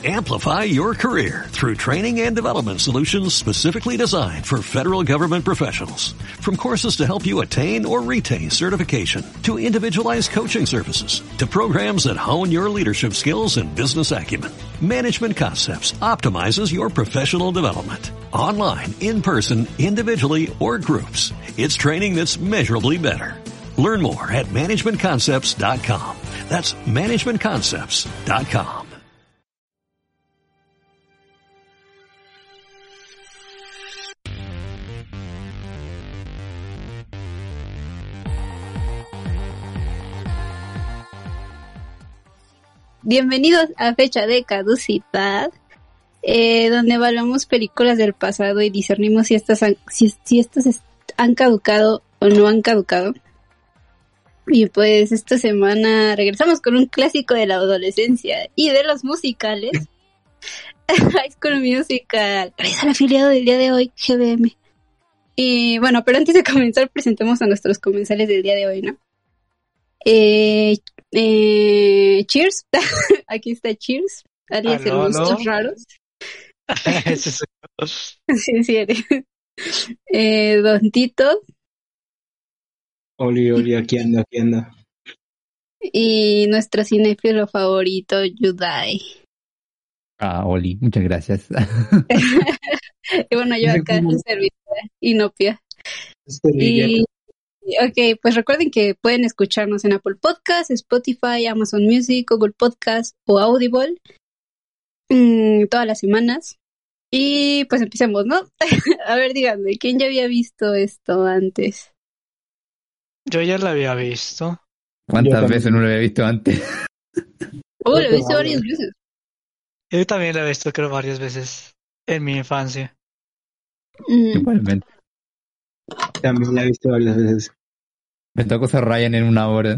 Amplify your career through training and development solutions specifically designed for federal government professionals. From courses to help you attain or retain certification, to individualized coaching services, to programs that hone your leadership skills and business acumen, Management Concepts optimizes your professional development. Online, in person, individually, or groups, it's training that's measurably better. Learn more at managementconcepts.com. That's managementconcepts.com. Bienvenidos a Fecha de Caducidad, donde evaluamos películas del pasado y discernimos si estas han caducado o no han caducado. Y pues esta semana regresamos con un clásico de la adolescencia y de los musicales. High School Musical, es el afiliado del día de hoy, GBM. Y bueno, pero antes de comenzar presentemos a nuestros comensales del día de hoy, ¿no? Cheers. Aquí está Cheers, alias el Monstruos Raros. Sí, sí eres. Don Tito. Oli, aquí ando. Y nuestro cinéfilo favorito, Yudai. Oli, muchas gracias. Y bueno, yo acá en servidora, Inopia. Y ok, pues recuerden que pueden escucharnos en Apple Podcasts, Spotify, Amazon Music, Google Podcasts o Audible todas las semanas. Y pues empecemos, ¿no? A ver, díganme, ¿quién ya había visto esto antes? Yo ya la había visto. ¿Cuántas veces no lo había visto antes? Lo he visto varias veces. Yo también la he visto, creo, varias veces en mi infancia. Igualmente. También la he visto varias veces. Me tocó ser Ryan en una hora.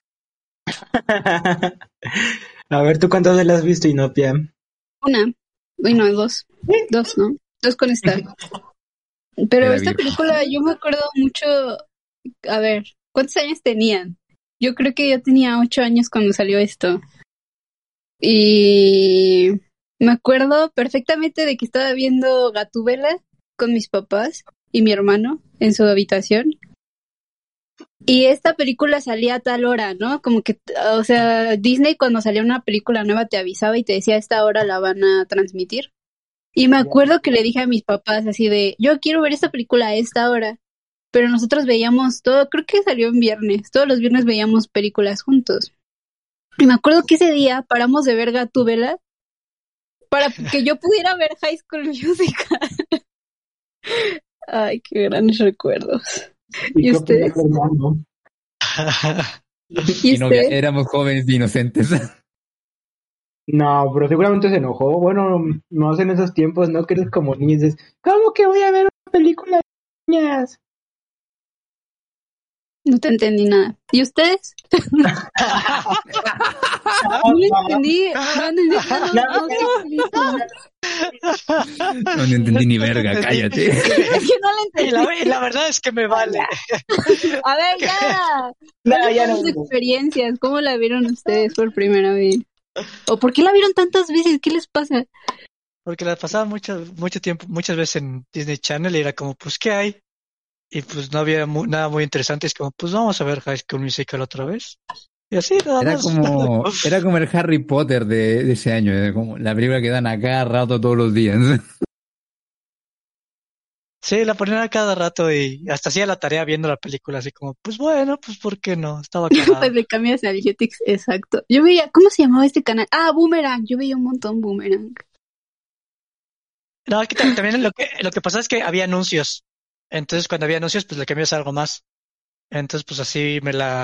A ver, ¿tú cuántas veces la has visto, Inopia? Una. Bueno, dos. Dos, ¿no? Dos con esta. Pero Era esta viejo. película yo me acuerdo mucho. A ver, ¿cuántos años tenían? Yo creo que yo tenía 8 años cuando salió esto. Y me acuerdo perfectamente de que estaba viendo Gatúbela con mis papás y mi hermano en su habitación. Y esta película salía a tal hora, ¿no? Como que, o sea, Disney cuando salía una película nueva te avisaba y te decía a esta hora la van a transmitir. Y me acuerdo que le dije a mis papás así de, yo quiero ver esta película a esta hora. Pero nosotros veíamos todo, creo que salió en viernes, todos los viernes veíamos películas juntos. Y me acuerdo que ese día paramos de ver Gatúbela para que yo pudiera ver High School Musical. Ay, qué grandes recuerdos. ¿Y ustedes? ¿Y Y no, ustedes? éramos jóvenes e inocentes. No, pero seguramente se enojó. Bueno, no hacen esos tiempos, ¿no? Que eres como niños. Dices, ¿cómo que voy a ver una película de niñas? No te entendí nada. ¿Y ustedes? No le entendí. No entendí ni verga, cállate. Es que no le entendí. Y la verdad es que me vale. A ver, ya. No, ya no. Sus experiencias, ¿cómo la vieron ustedes por primera vez? ¿O por qué la vieron tantas veces? ¿Qué les pasa? Porque la pasaba mucho tiempo, muchas veces en Disney Channel y era como, pues, ¿qué hay? Y pues no había nada muy interesante. Es como, pues vamos a ver High School Musical otra vez. Y así, nada Era más. como el Harry Potter de ese año, era como la película que dan a cada rato todos los días. Sí, la ponían a cada rato y hasta hacía la tarea viendo la película, así como, pues bueno, pues ¿por qué no? Estaba cagada. Pues le cambias al Jetix, exacto. Yo veía, ¿cómo se llamaba este canal? Ah, Boomerang. Yo veía un montón Boomerang. No, aquí también lo que pasaba es que había anuncios. Entonces cuando había anuncios, pues le cambias a algo más. Entonces, pues así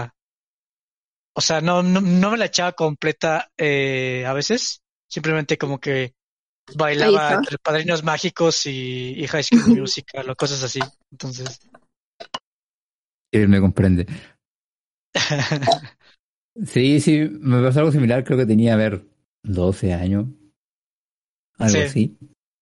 o sea, no me la echaba completa a veces. Simplemente como que Ahí bailaba está. entre Padrinos Mágicos y High School Musical o cosas así. Entonces, Él me comprende. Sí, me pasó algo similar, creo que tenía, 12 años. Algo Sí. así.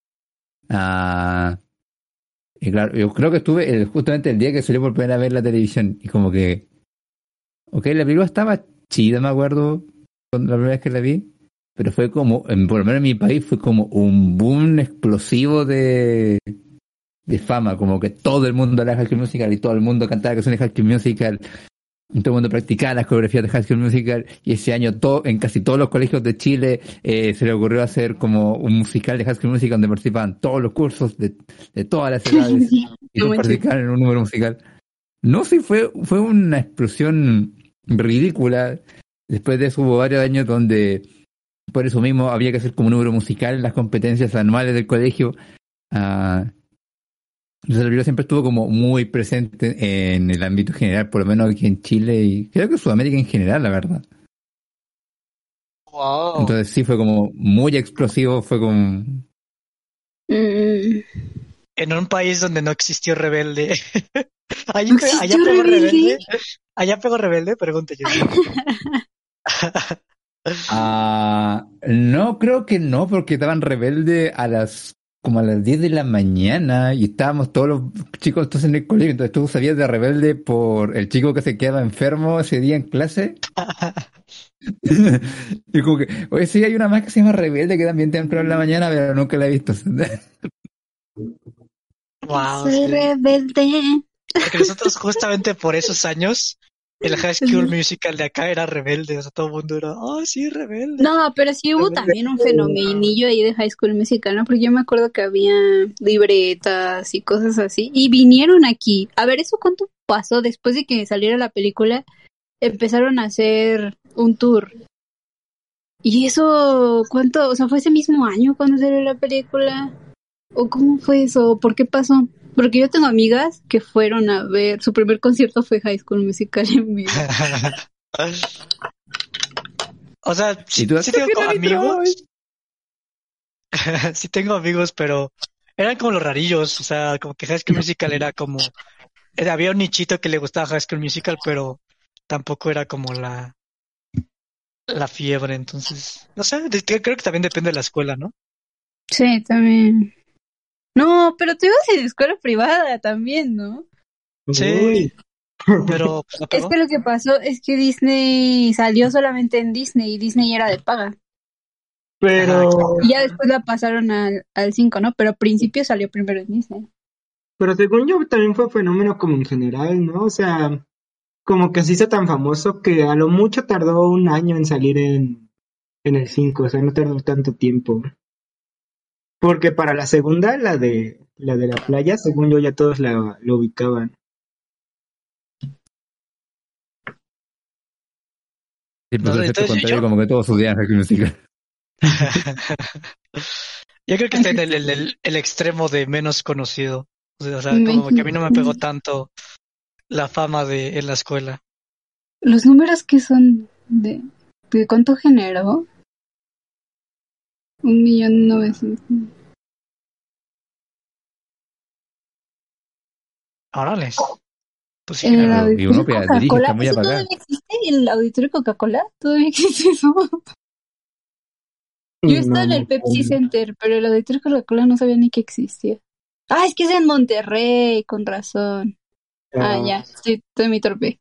Y claro, yo creo que estuve justamente el día que salió por primera vez la televisión. Y como que... Ok, la película estaba chida, me acuerdo, cuando la primera vez que la vi. pero fue como, por lo menos en mi país, fue como un boom explosivo de fama, como que todo el mundo era High School Musical y todo el mundo cantaba canciones de High School Musical, y todo el mundo practicaba las coreografías de High School Musical, y ese año en casi todos los colegios de Chile se le ocurrió hacer como un musical de High School Musical donde participaban todos los cursos de todas las edades y No todos manches. participaban en un número musical. No, sí, fue una explosión ridícula. Después de eso hubo varios años donde por eso mismo había que hacer como un número musical en las competencias anuales del colegio. Entonces el video siempre estuvo como muy presente en el ámbito general, por lo menos aquí en Chile y creo que en Sudamérica en general, la verdad. Wow. Entonces sí fue como muy explosivo, fue como... Mm. En un país donde no existió Rebelde. Allá, ¿No existió allá pegó Rebelde? Rebelde. Allá pegó Rebelde, pregunte yo. No, creo que no, porque estaban rebeldes como a las 10 de la mañana y estábamos todos los chicos entonces en el colegio, entonces tú sabías de Rebelde por el chico que se quedaba enfermo ese día en clase. Y como que, oye, sí, hay una más que se llama Rebelde que también temprano en la mañana, pero nunca la he visto. Wow, Soy sí. rebelde. Porque nosotros justamente por esos años, el High School Musical de acá era Rebelde. O sea, todo el mundo era, oh, sí, Rebelde. No, pero sí hubo también un fenomenillo ahí de High School Musical, ¿no? Porque yo me acuerdo que había libretas y cosas así. Y vinieron aquí. A ver, ¿eso cuánto pasó? Después de que saliera la película, empezaron a hacer un tour. ¿Y eso cuánto? O sea, ¿fue ese mismo año cuando salió la película? ¿O cómo fue eso? ¿Por qué pasó? Porque yo tengo amigas que fueron a ver, su primer concierto fue High School Musical en vivo. O sea, ¿Y sí, tú sí tengo ¿por qué no amigos. Sí tengo amigos, pero eran como los rarillos. O sea, como que High School Musical era como... había un nichito que le gustaba High School Musical, pero tampoco era como la fiebre. Entonces, no sé, creo que también depende de la escuela, ¿no? Sí, también. No, pero tú ibas en escuela privada también, ¿no? Sí, Uy. pero pues no Es pegó. que lo que pasó es que Disney salió solamente en Disney y Disney era de paga. Ajá, Pero, exacto. Y ya después la pasaron al 5, ¿no? Pero al principio salió primero en Disney. pero según yo también fue fenómeno como en general, ¿no? O sea, como que se hizo tan famoso que a lo mucho tardó un año en salir en el 5, o sea, no tardó tanto tiempo. Porque para la segunda, la de la playa, según yo ya todos lo ubicaban. Sí, No, pues el efecto entonces contrario, como que todos odian High School Musical. yo creo que está en el extremo de menos conocido. O sea, como que a mí no me pegó Imagínate. tanto la fama en la escuela. Los números que son de cuánto generó, 1.900.000. Órale, pues sí El generó. Y uno auditorio dirige, Coca-Cola, está muy ¿eso apagado. todavía existe? ¿El auditorio Coca-Cola? ¿Todavía existe eso? Yo estaba en No, el Pepsi Center, pero el auditorio Coca-Cola no sabía ni que existía. Ah, es que es en Monterrey, con razón. Ah, ya, sí, estoy muy torpe.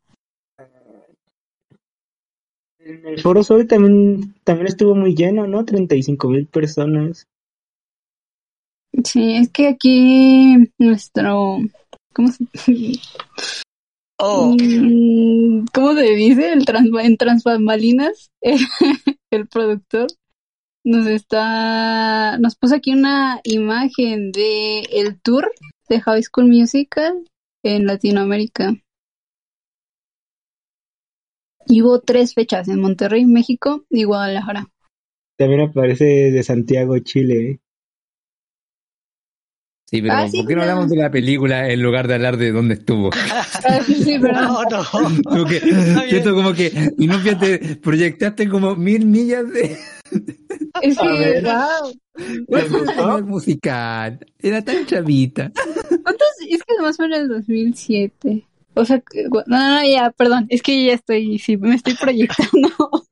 en el Foro Sol también estuvo muy lleno, ¿no? 35,000 personas. Sí, es que aquí nuestro... ¿Cómo se, Oh, ¿cómo se dice? En Transbambalinas, el productor nos puso aquí una imagen de el tour de High School Musical en Latinoamérica. Y hubo 3 fechas en Monterrey, México y Guadalajara. También aparece de Santiago, Chile, ¿eh? Sí, pero Ah, sí, ¿por qué no hablamos de la película en lugar de hablar de dónde estuvo? sí, perdón. no, Como que, está bien. siento como que, y no fíjate, proyectaste como 1000 millas de... Es A que, ver. wow. ¿Les Fue gustó? señor musical. Era tan chavita. ¿Cuántos? Es que además fue en el 2007. O sea, no, ya, perdón. Es que ya estoy, sí, me estoy proyectando.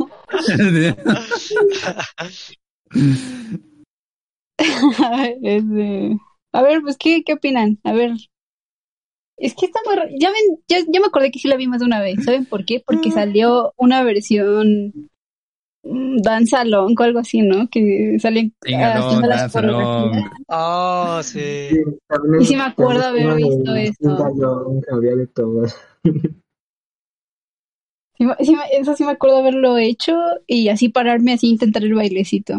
A ver, pues, ¿qué opinan? A ver. Es que está muy... Ya ven, ya me acordé que sí la vi más de una vez. ¿Saben por qué? Porque salió una versión Dance Along o algo así, ¿no? Que salen Sing along, haciendo las dance along. coreografías. Oh, Sí, sí. también Y sí me acuerdo haber uno visto de eso. había de todo. Eso sí me acuerdo haberlo hecho y así pararme así intentar el bailecito.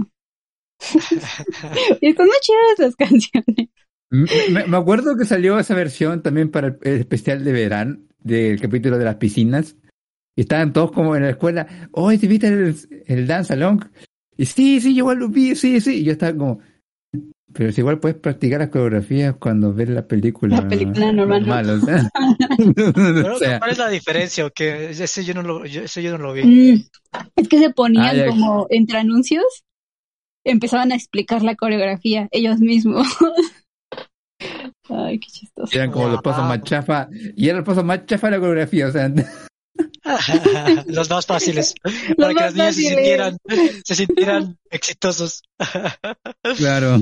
Y están muy chidas las canciones. Me acuerdo que salió esa versión también para el especial de verano del capítulo de las piscinas. Y estaban todos como en la escuela. Oh, ¿te viste el Dance Along? Y sí, yo igual lo vi, sí. Y yo estaba como, pero si igual puedes practicar las coreografías cuando ves la película La película normal, ¿no? o sea. Pero O sea, ¿cuál es la diferencia? ¿O qué? Ese yo no lo vi. Es que se ponían ya, como entre anuncios, empezaban a explicar la coreografía ellos mismos. Ay, qué chistoso. eran como los pasos más Wow. chafas. Y eran los pasos más chafas de la coreografía, o sea. Los más fáciles. Los Para que más las niñas fáciles. se sintieran exitosos. Claro.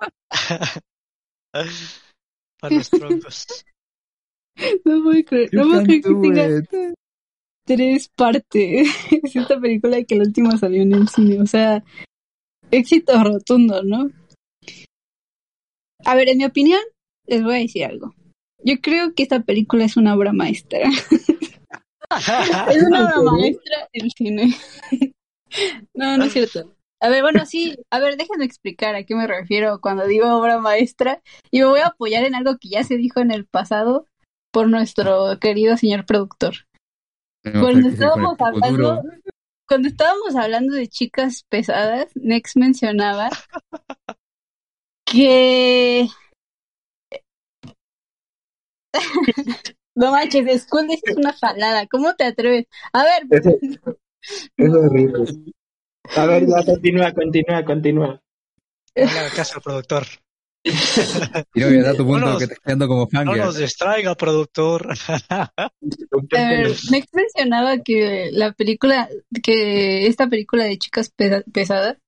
Para los troncos. No puedo creer que tenga 3 partes. Es esta película que la última salió en el cine. O sea, éxito rotundo, ¿no? A ver, en mi opinión, les voy a decir algo. Yo creo que esta película es una obra maestra. Es una obra maestra del cine. No es cierto. A ver, bueno, sí. A ver, déjenme explicar a qué me refiero cuando digo obra maestra. Y me voy a apoyar en algo que ya se dijo en el pasado por nuestro querido señor productor. Cuando estábamos hablando de chicas pesadas, Nex mencionaba que no manches, School Days es una jalada. ¿Cómo te atreves? A ver, Es horrible. A ver, ya continúa. No le haga caso al productor. Y no voy a dar tu punto que te estoy dando como No fangirl. nos distraiga, productor. a ver, Nex mencionaba que esta película de chicas pesadas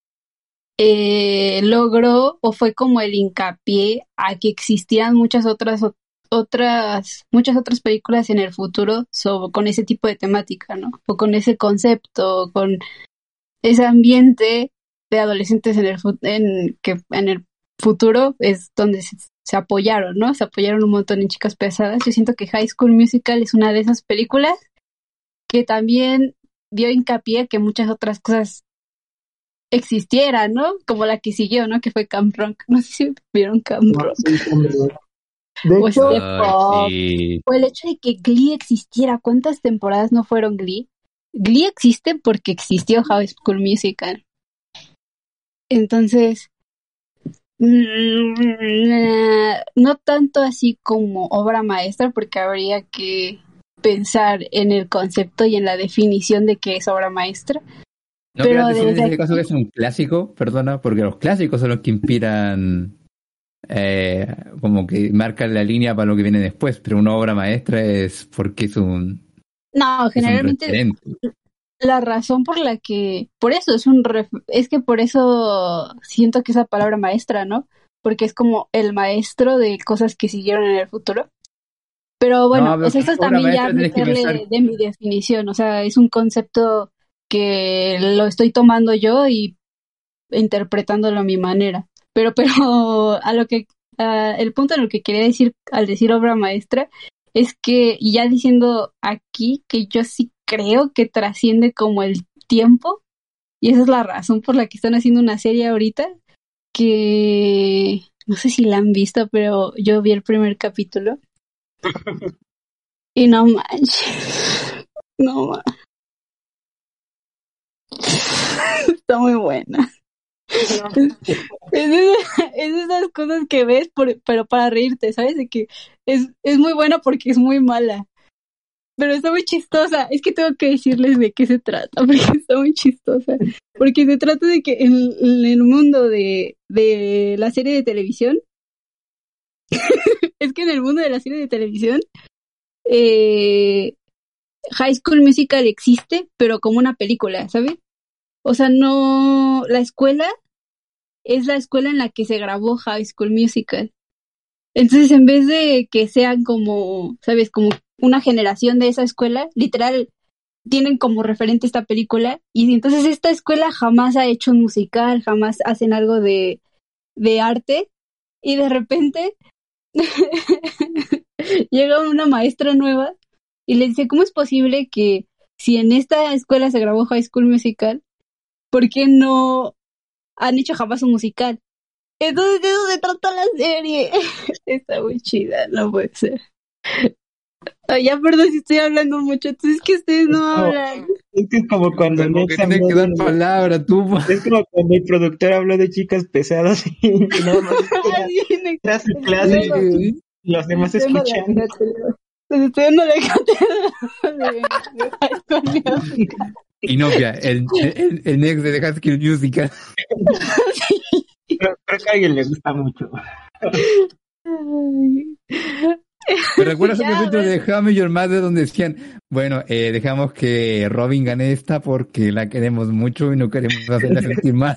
logró o fue como el hincapié a que existían muchas otras películas en el futuro con ese tipo de temática, ¿no? O con ese concepto, con ese ambiente de adolescentes que en el futuro es donde se apoyaron, ¿no? Se apoyaron un montón en Chicas Pesadas. Yo siento que High School Musical es una de esas películas que también dio hincapié a que muchas otras cosas existieran, ¿no? Como la que siguió, ¿no? Que fue Camp Rock. No sé si vieron Camp Rock. De O hecho, Step Up. Sí. O el hecho de que Glee existiera. ¿Cuántas temporadas no fueron Glee? Glee existe porque existió High School Musical. Entonces, no tanto así como obra maestra, porque habría que pensar en el concepto y en la definición de qué es obra maestra. No, Pero pero en desde ese caso es un clásico, perdona, porque los clásicos son los que inspiran, como que marcan la línea para lo que viene después, pero una obra maestra es porque es un generalmente referente. la razón por la que, por eso es que por eso siento que esa palabra maestra, ¿no? Porque es como el maestro de cosas que siguieron en el futuro. Pero bueno, No, o sea, esto es obra también ya maestra tienes que meterle pensar. de mi definición, o sea, es un concepto que lo estoy tomando yo y interpretándolo a mi manera. Pero el punto en el que quería decir al decir obra maestra es que, y ya diciendo aquí, que yo sí creo que trasciende como el tiempo, y esa es la razón por la que están haciendo una serie ahorita, que no sé si la han visto, pero yo vi el primer capítulo. Y no manches, no manches. Está muy buena. Es de esas cosas que ves, pero para reírte, ¿sabes? De que es muy buena porque es muy mala. Pero está muy chistosa. Es que tengo que decirles de qué se trata, porque está muy chistosa. Porque se trata de que en el mundo de la serie de televisión, es que en el mundo de la serie de televisión, High School Musical existe, pero como una película, ¿sabes? O sea, no, la escuela es la escuela en la que se grabó High School Musical. Entonces, en vez de que sean como, ¿sabes? Como una generación de esa escuela, literal, tienen como referente esta película y entonces esta escuela jamás ha hecho un musical, jamás hacen algo de arte y de repente llega una maestra nueva y le dice, ¿cómo es posible que si en esta escuela se grabó High School Musical, ¿por qué no han hecho jamás un musical? Entonces de eso se trata la serie. Está muy chida, no puede ser. Ya perdón si estoy hablando mucho, entonces es que ustedes no hablan. Es que es como cuando Pero Nex porque tienes habló que dar de... palabra, tú. Es como cuando el productor habló de chicas pesadas y nada más era su clase Sí. y los demás escuchan. Les estoy dando la cátedra de High School Musical. Inopia, el next de The High School Musical. Creo que a alguien le gusta mucho. Ay. ¿Me recuerdas el Ya, capítulo ves. de How I Met Your Mother donde decían, bueno, dejamos que Robin gane esta porque la queremos mucho y no queremos hacerla sentir mal?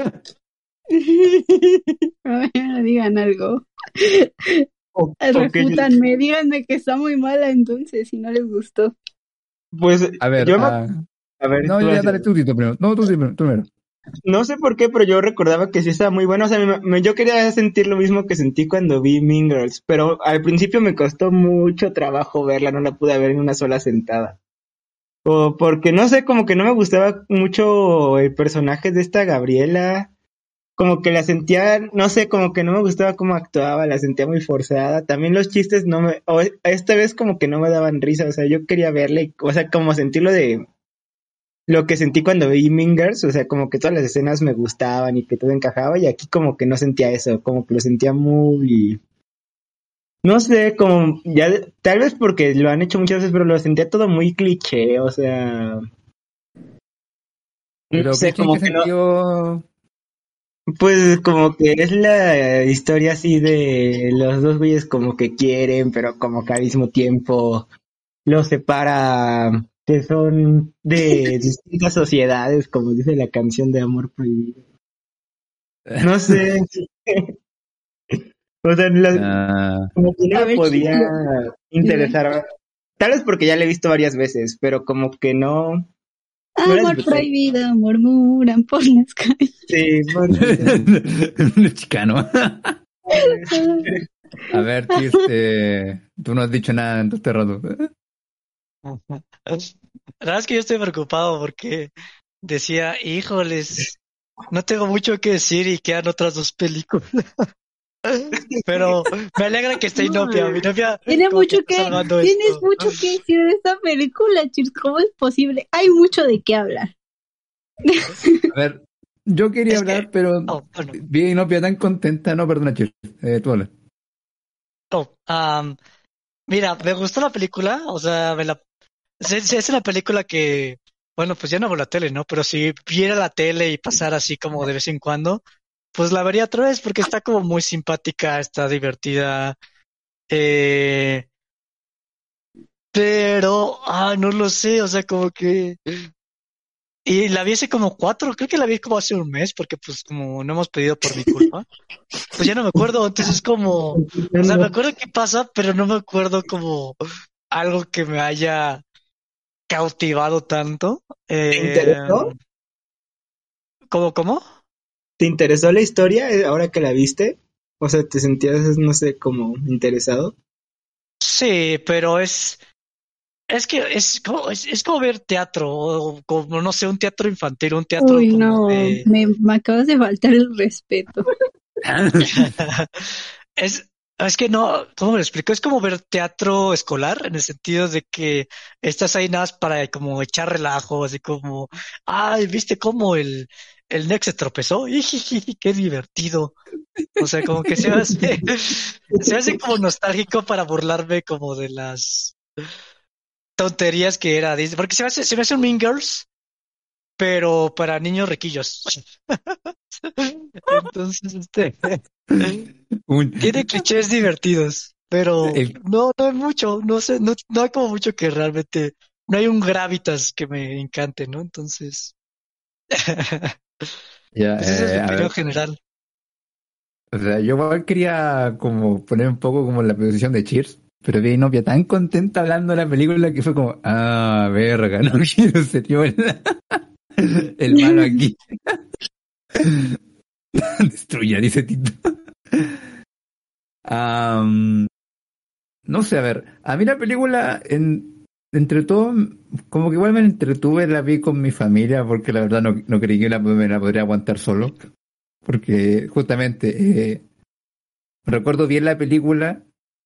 Bueno, digan algo. O que yo- Refútanme, díganme que está muy mala entonces, si no les gustó. pues A ver, yo a ver, no, tú ya vas a- dale tú, Tito, primero. No, tú primero. no sé por qué, pero yo recordaba que sí estaba muy bueno. O sea, yo quería sentir lo mismo que sentí cuando vi Mean Girls, pero al principio me costó mucho trabajo verla, no la pude ver en una sola sentada. O porque no sé, como que no me gustaba mucho el personaje de esta Gabriela. Como que la sentía, no sé, como que no me gustaba cómo actuaba, la sentía muy forzada. También los chistes esta vez como que no me daban risa, o sea, yo quería verle, o sea, como sentirlo de lo que sentí cuando vi Mean Girls, o sea, como que todas las escenas me gustaban y que todo encajaba, y aquí como que no sentía eso, como que lo sentía muy, no sé, como, ya, tal vez porque lo han hecho muchas veces, pero lo sentía todo muy cliché, o sea, no Pero, sé, ¿qué en como qué que no. sentido? Pues como que es la historia así de los dos güeyes como que quieren, pero como que al mismo tiempo los separa, que son de distintas sociedades, como dice la canción de Amor Prohibido. No sé, o sea, Ah, como que no A me ver, podía chicos, interesar. Tal vez porque ya la he visto varias veces, pero como que no la amor disfruté. prohibido, murmuran por las calles. Sí, bueno, chicano. A ver, Tis, tú no has dicho nada en todo este rato. La verdad es que yo estoy preocupado porque decía, híjoles, no tengo mucho que decir y quedan otras dos películas. Pero me alegra que esté Inopia. Mi novia Tiene como que mucho está que, salvando tienes esto. mucho que decir de esta película, chicos. ¿Cómo es posible? Hay mucho de qué hablar. A ver, yo quería Es hablar, que, pero bueno, vi a Inopia tan contenta. No, perdona, Chir. Tú habla. oh, mira, me gustó la película, o sea, es una película que, bueno, pues ya no veo la tele, ¿no? Pero si viera la tele y pasara así como de vez en cuando, pues la vería otra vez porque está como muy simpática, está divertida, eh, pero, no lo sé, o sea, como que, y la vi hace como creo que la vi como hace un mes porque pues como no hemos pedido por mi culpa, pues ya no me acuerdo, entonces es como, o sea, me acuerdo qué pasa, pero no me acuerdo como algo que me haya cautivado tanto. ¿te interesó? ¿Cómo? ¿Te interesó la historia ahora que la viste? O sea, ¿te sentías, no sé, como interesado? Sí, pero es que es como ver teatro, o como, no sé, un teatro infantil, un teatro Uy, como no, de... me acabas de faltar el respeto. Es, es que no, ¿cómo me lo explico? Es como ver teatro escolar, en el sentido de que estás ahí nada más para como echar relajo, así como, ay, ¿viste cómo el Nex se tropezó? ¡Ijijiji, qué divertido! O sea, como que se hace como nostálgico para burlarme como de las tonterías que era Disney, porque se me hace un Mean Girls, pero para niños riquillos. Entonces, Un- tiene clichés divertidos, pero el- no hay mucho, no sé, no hay como mucho que realmente, no hay un gravitas que me encante, ¿no? Entonces, ya, pues esa es mi a opinión ver, general. o sea, yo igual quería como poner un poco como en la posición de Cheers, Pero vi a mi novia tan contenta hablando de la película que fue como, verga, no quiero ser yo el malo aquí. Destruya, dice Tito. No sé, a ver, a mí la película, entre todo, como que igual me entretuve, la vi con mi familia, porque la verdad no creí que me la podría aguantar solo. Porque justamente recuerdo bien la película,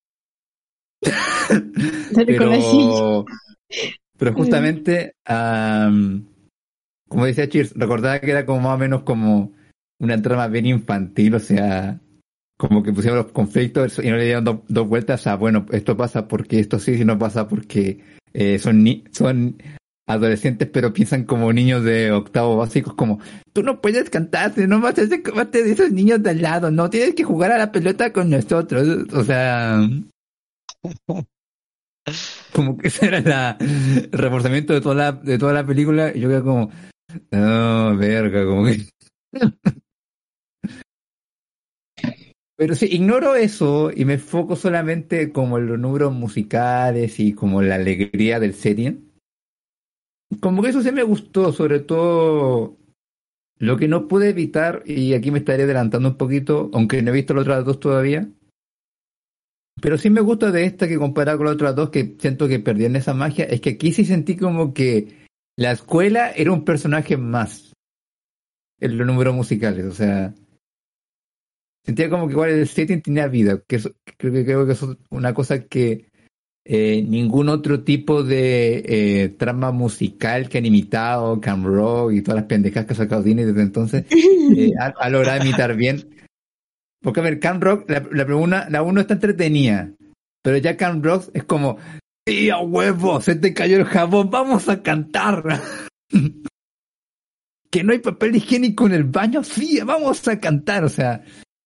Dale con la silla. pero justamente, como decía Cheers, recordaba que era como más o menos como una trama bien infantil, o sea, como que pusieron los conflictos y no le dieron dos vueltas a, bueno, esto pasa porque esto sí, si no pasa porque son adolescentes, pero piensan como niños de octavo básicos, como, tú no puedes cantar, si no vas a ser parte de esos niños de al lado, no tienes que jugar a la pelota con nosotros, o sea, como que ese era el reforzamiento de toda la película, y yo quedé como, no, verga, como que... Pero sí, ignoro eso y me enfoco solamente como en los números musicales y como la alegría del setting. Como que eso sí me gustó, sobre todo lo que no pude evitar, y aquí me estaré adelantando un poquito, aunque no he visto las otras dos todavía. Pero sí me gusta de esta que comparado con las otras dos, que siento que perdían esa magia, es que aquí sí sentí como que la escuela era un personaje más en los números musicales, o sea... Sentía como que igual el setting tenía vida, que eso, creo que eso es una cosa que ningún otro tipo de trama musical que han imitado, Cam Rock y todas las pendejas que ha sacado Disney desde entonces, ha logrado imitar bien. Porque a ver, Cam Rock, la uno está entretenida, pero ya Cam Rock es como, ¡sí, a huevo! Se te cayó el jabón, vamos a cantar. Que no hay papel higiénico en el baño, sí, vamos a cantar, o sea...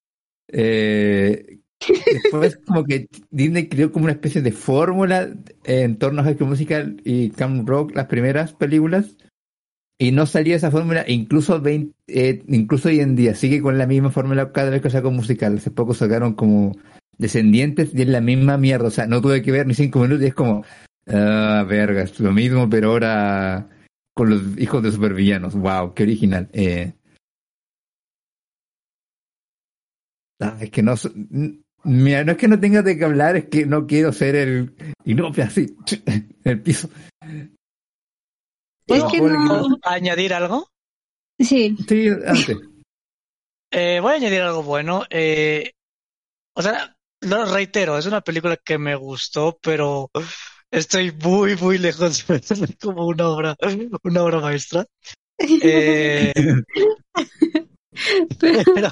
después como que Disney creó como una especie de fórmula en torno a High School Musical y Camp Rock, las primeras películas, y no salía esa fórmula, e incluso incluso hoy en día sigue con la misma fórmula cada vez que saca un musical. Hace poco sacaron como Descendientes y es la misma mierda, o sea, no tuve que ver ni 5 minutos y es como, verga, es lo mismo, pero ahora con los hijos de supervillanos. Wow, qué original. Es que no, mira, no es que no tengas de qué hablar, es que no quiero ser el inopia así, en el piso. Es ¿Puedo que no. añadir algo? Sí. Sí, antes. Voy a añadir algo bueno. O sea, lo reitero, es una película que me gustó, pero estoy muy, muy lejos de verla como una obra maestra. Eh, pero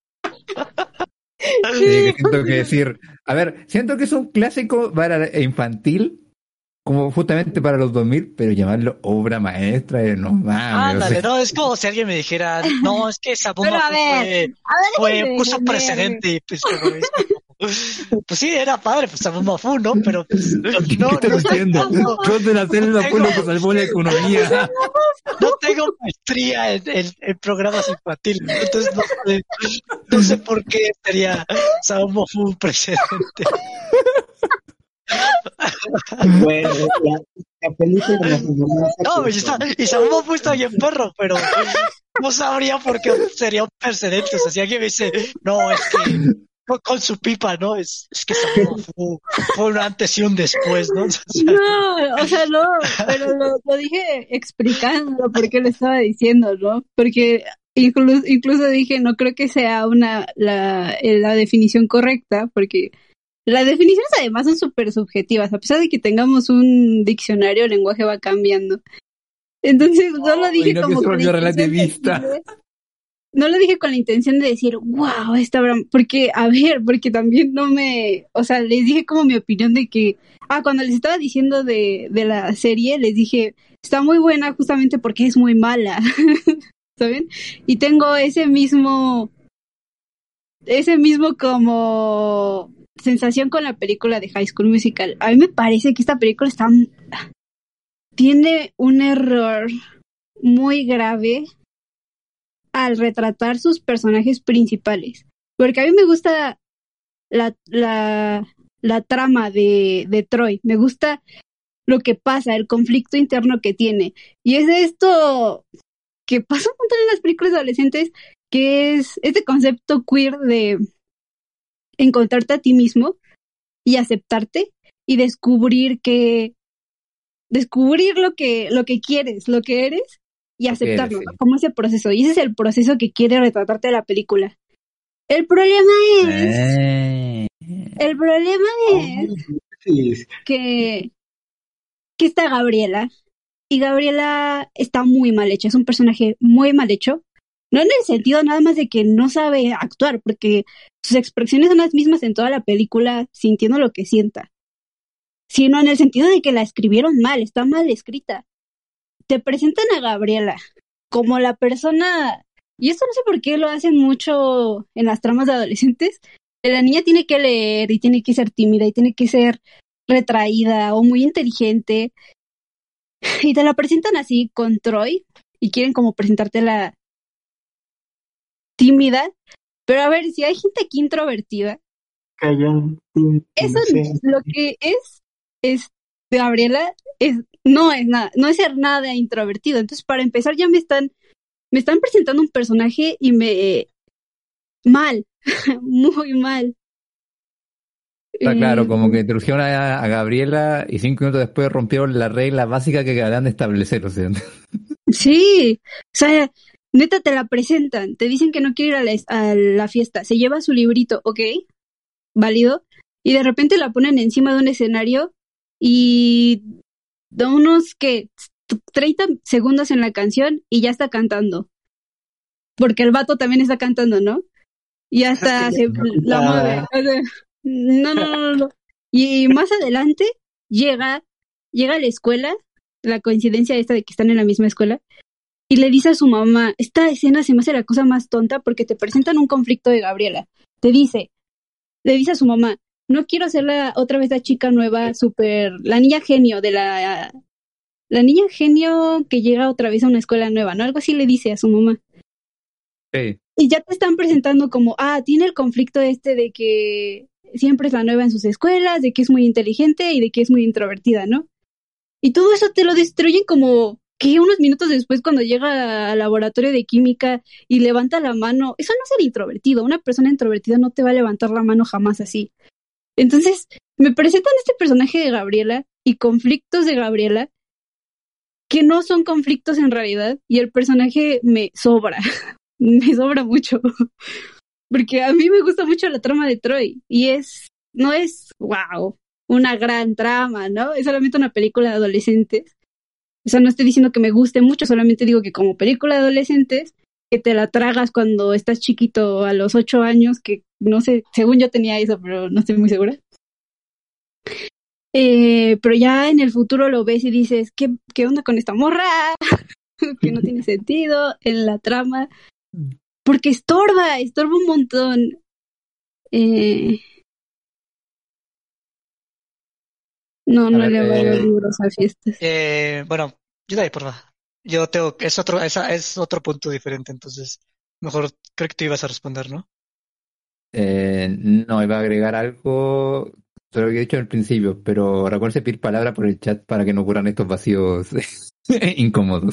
Que siento que decir, a ver, siento que es un clásico para infantil, como justamente para los 2000, pero llamarlo obra maestra, no mames, o ándale, sea, no, es como si alguien me dijera, no, es que esa Pero bomba a ver, déjenme puso defender. precedente y pues como es como, pues sí, era padre, pues esa bomba fu, ¿no? Pero pues ¿qué no, estás diciendo? Tú de la selva fue tengo, lo que salvó la economía. no tengo maestría en programas infantiles, ¿no? Entonces no sé por qué estaría esa bomba fu un precedente. Bueno, la película nos enseñó No, y Samuel fue está bien perro, pero no sabría por qué sería un precedente. O sea, si alguien me dice, no, es que con su pipa, ¿no? Es que Samuel fue un antes y un después, ¿no? O sea, No, o sea, no, pero lo dije explicando por qué lo estaba diciendo, ¿no? Porque incluso dije, no creo que sea la definición correcta, porque las definiciones además son súper subjetivas, a pesar de que tengamos un diccionario, el lenguaje va cambiando. Entonces no lo dije no, que como se con la volvió intención de relativista. decirle, no lo dije con la intención de decir, wow, esta broma, porque, a ver, porque también o sea, les dije como mi opinión de que, cuando les estaba diciendo de la serie, les dije, está muy buena justamente porque es muy mala, ¿saben? Y tengo ese mismo como sensación con la película de High School Musical. A mí me parece que esta película tiene un error muy grave al retratar sus personajes principales. Porque a mí me gusta la la trama de Troy, me gusta lo que pasa, el conflicto interno que tiene. Y es esto que pasa un montón en las películas adolescentes, que es este concepto queer de encontrarte a ti mismo y aceptarte y descubrir lo que quieres, lo que eres y aceptarlo, ¿no? Como ese proceso. Y ese es el proceso que quiere retratarte de la película. El problema es que está Gabriela. Y Gabriela está muy mal hecha. Es un personaje muy mal hecho. No en el sentido nada más de que no sabe actuar, porque sus expresiones son las mismas en toda la película, sintiendo lo que sienta. Sino en el sentido de que la escribieron mal, está mal escrita. Te presentan a Gabriela como la persona, y esto no sé por qué lo hacen mucho en las tramas de adolescentes, que la niña tiene que leer y tiene que ser tímida y tiene que ser retraída o muy inteligente, y te la presentan así con Troy y quieren como presentártela tímida, pero a ver, si hay gente aquí introvertida, eso lo que es Gabriela, no es ser nada introvertido. Entonces, para empezar, ya me están presentando un personaje y mal, muy mal. Está claro, como que introdujeron a Gabriela y 5 minutos después rompieron la regla básica que acaban de establecer, o sea. Sí, o sea, neta te la presentan, te dicen que no quiere ir a la fiesta, se lleva su librito, ok, válido, y de repente la ponen encima de un escenario y da unos, 30 segundos en la canción y ya está cantando. Porque el vato también está cantando, ¿no? Y hasta se la mueve. O sea, no. Y más adelante llega a la escuela, la coincidencia esta de que están en la misma escuela, y le dice a su mamá, esta escena se me hace la cosa más tonta porque te presentan un conflicto de Gabriela. Le dice a su mamá, no quiero ser otra vez la chica nueva, la niña genio de la niña genio que llega otra vez a una escuela nueva, ¿no? Algo así le dice a su mamá. Sí. Y ya te están presentando como, tiene el conflicto de que siempre es la nueva en sus escuelas, de que es muy inteligente y de que es muy introvertida, ¿no? Y todo eso te lo destruyen como que unos minutos después cuando llega al laboratorio de química y levanta la mano. Eso no es ser introvertido. Una persona introvertida no te va a levantar la mano jamás así. Entonces, me presentan este personaje de Gabriela y conflictos de Gabriela que no son conflictos en realidad, y el personaje me sobra mucho, porque a mí me gusta mucho la trama de Troy, y no es, wow, una gran trama, ¿no? Es solamente una película de adolescentes. O sea, no estoy diciendo que me guste mucho, solamente digo que como película de adolescentes, que te la tragas cuando estás chiquito a los 8 años, que no sé, según yo tenía eso, pero no estoy muy segura. Pero ya en el futuro lo ves y dices, ¿qué onda con esta morra? Que no tiene sentido en la trama, porque estorba un montón. No le voy a libros a fiestas. Bueno, yo de ahí, por favor. Yo tengo, es otro punto diferente, entonces mejor creo que tú ibas a responder, ¿no? No, iba a agregar algo sobre lo que he dicho al principio, pero recuerden pedir palabra por el chat para que no ocurran estos vacíos incómodos.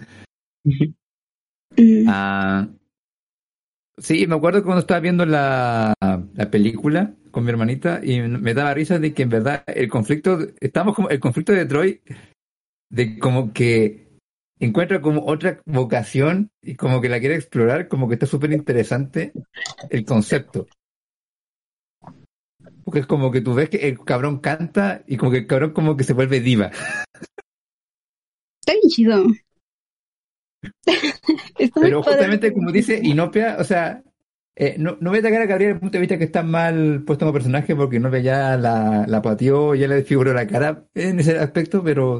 Sí, me acuerdo cuando estaba viendo la película con mi hermanita y me daba risa de que en verdad el conflicto de Troy, de como que encuentra como otra vocación y como que la quiere explorar, como que está súper interesante el concepto. Porque es como que tú ves que el cabrón canta y como que el cabrón como que se vuelve diva. Está bien chido. Pero justamente como dice Inopia, o sea, no voy a atacar a Gabriel desde el punto de vista que está mal puesto como personaje porque Inopia ya la pateó, ya le desfiguró la cara en ese aspecto, pero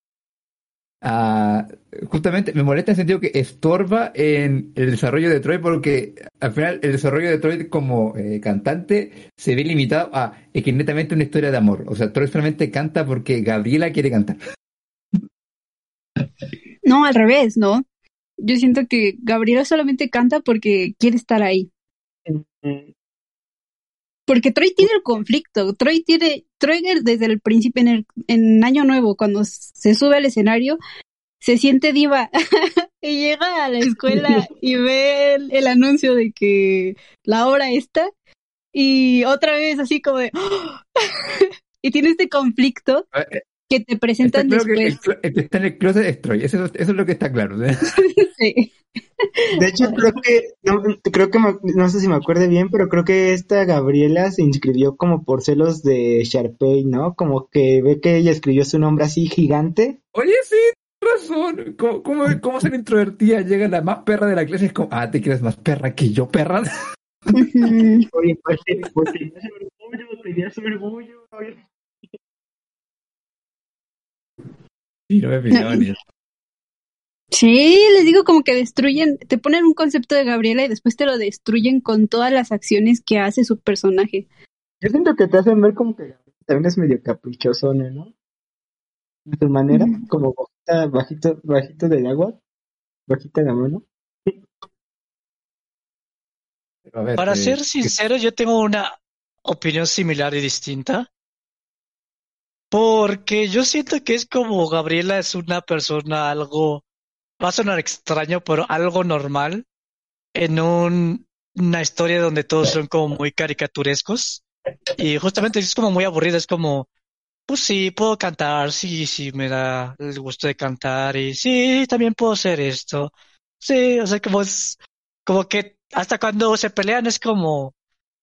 justamente me molesta en el sentido que estorba en el desarrollo de Troy porque al final el desarrollo de Troy como cantante se ve limitado a es que netamente una historia de amor. O sea, Troy solamente canta porque Gabriela quiere cantar. No, al revés, ¿no? Yo siento que Gabriela solamente canta porque quiere estar ahí. Porque Troy tiene el conflicto. Troy desde el principio, en Año Nuevo, cuando se sube al escenario, se siente diva y llega a la escuela y ve el anuncio de que la obra está y otra vez así como de y tiene este conflicto que te presentan después. Que el que está en el closet es Troy, eso es lo que está claro. Sí. De hecho, no sé si me acuerdo bien, pero creo que esta Gabriela se inscribió como por celos de Sharpay, ¿no? Como que ve que ella escribió su nombre así gigante. Oye, sí, tienes razón. ¿Cómo ser introvertida? Llega la más perra de la clase y es como, ¿te crees más perra que yo, perra? Oye, pues tenía su orgullo. Sí, no me fijaba ni eso. Sí, les digo como que destruyen, te ponen un concepto de Gabriela y después te lo destruyen con todas las acciones que hace su personaje. Yo siento que te hacen ver como que también es medio caprichoso, ¿no? De su manera, como bajito del agua, bajita de la mano. A ver, Para ser sincero, yo tengo una opinión similar y distinta. Porque yo siento que es como Gabriela es una persona algo, va a sonar extraño, pero algo normal en una historia donde todos son como muy caricaturescos. Y justamente es como muy aburrida, es como, pues sí, puedo cantar, sí, me da el gusto de cantar y sí, también puedo hacer esto. Sí, o sea, como que hasta cuando se pelean es como,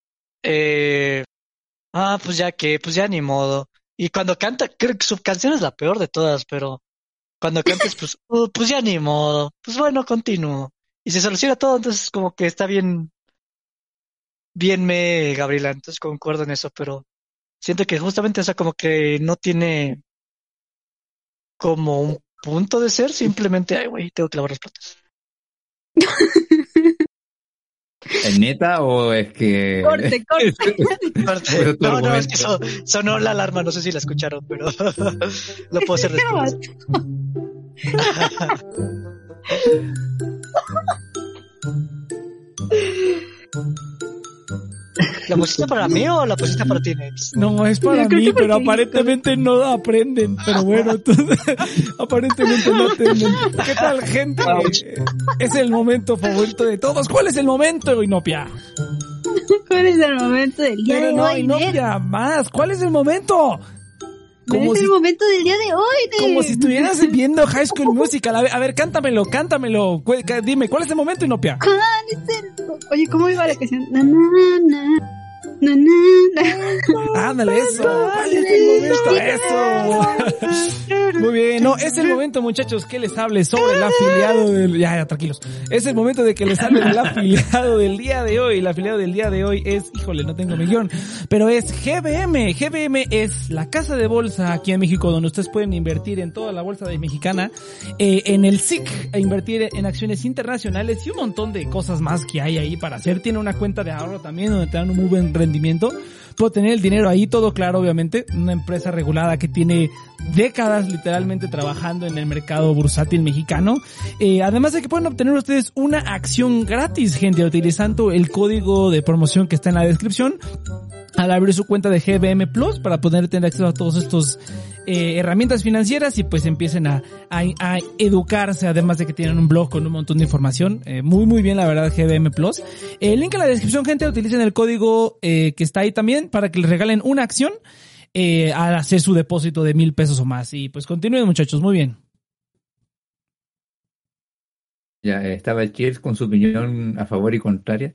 pues ya ni modo. Y cuando canta, creo que su canción es la peor de todas, pero cuando cantes, pues ya ni modo. Pues bueno, continúo. Y se soluciona todo, entonces como que está bien, Gabriela, entonces concuerdo en eso, pero siento que justamente, o sea, como que no tiene como un punto de ser, simplemente, ay, güey, tengo que lavar los platos. ¿Es neta o es que...? Corte. No, es que sonó la alarma, no sé si la escucharon, pero lo puedo hacer después. ¿La pusiste para mí o la pusiste para ti, Nets? No, es para mí, pero aparentemente no aprenden. Pero bueno, entonces, aparentemente no aprenden. ¿Qué tal, gente? Es el momento favorito de todos. ¿Cuál es el momento, Inopia? ¿Cuál es el momento del día de hoy, Inopia, más. ¿Cuál es el momento? El momento del día de hoy, como si estuvieras viendo High School Musical. A ver, cántamelo. Dime, ¿cuál es el momento, Inopia? Oye, ¿cómo iba la canción? Ándale, eso. ¿Cuál es el momento? Eso. Muy bien. No, es el momento, muchachos, que les hable sobre el afiliado del... Ya, tranquilos. Es el momento de que les hable del afiliado del día de hoy. El afiliado del día de hoy es... Híjole, no tengo millón. Pero es GBM. GBM es la casa de bolsa aquí en México donde ustedes pueden invertir en toda la bolsa de mexicana, en el SIC, e invertir en acciones internacionales y un montón de cosas más que hay ahí para hacer. Tiene una cuenta de ahorro también donde te dan un muy buen rendimiento. Puedo tener el dinero ahí, todo claro, obviamente. Una empresa regulada que tiene décadas literalmente trabajando en el mercado bursátil mexicano. Además de que pueden obtener ustedes una acción gratis, gente, utilizando el código de promoción que está en la descripción al abrir su cuenta de GBM Plus para poder tener acceso a todos estos herramientas financieras y pues empiecen a educarse, además de que tienen un blog con un montón de información. Muy bien, la verdad, GBM Plus. Link en la descripción, gente. Utilicen el código que está ahí también para que les regalen una acción al hacer su depósito de 1,000 pesos o más. Y pues continúen, muchachos, muy bien. Ya estaba el Cheers con su opinión a favor y contraria.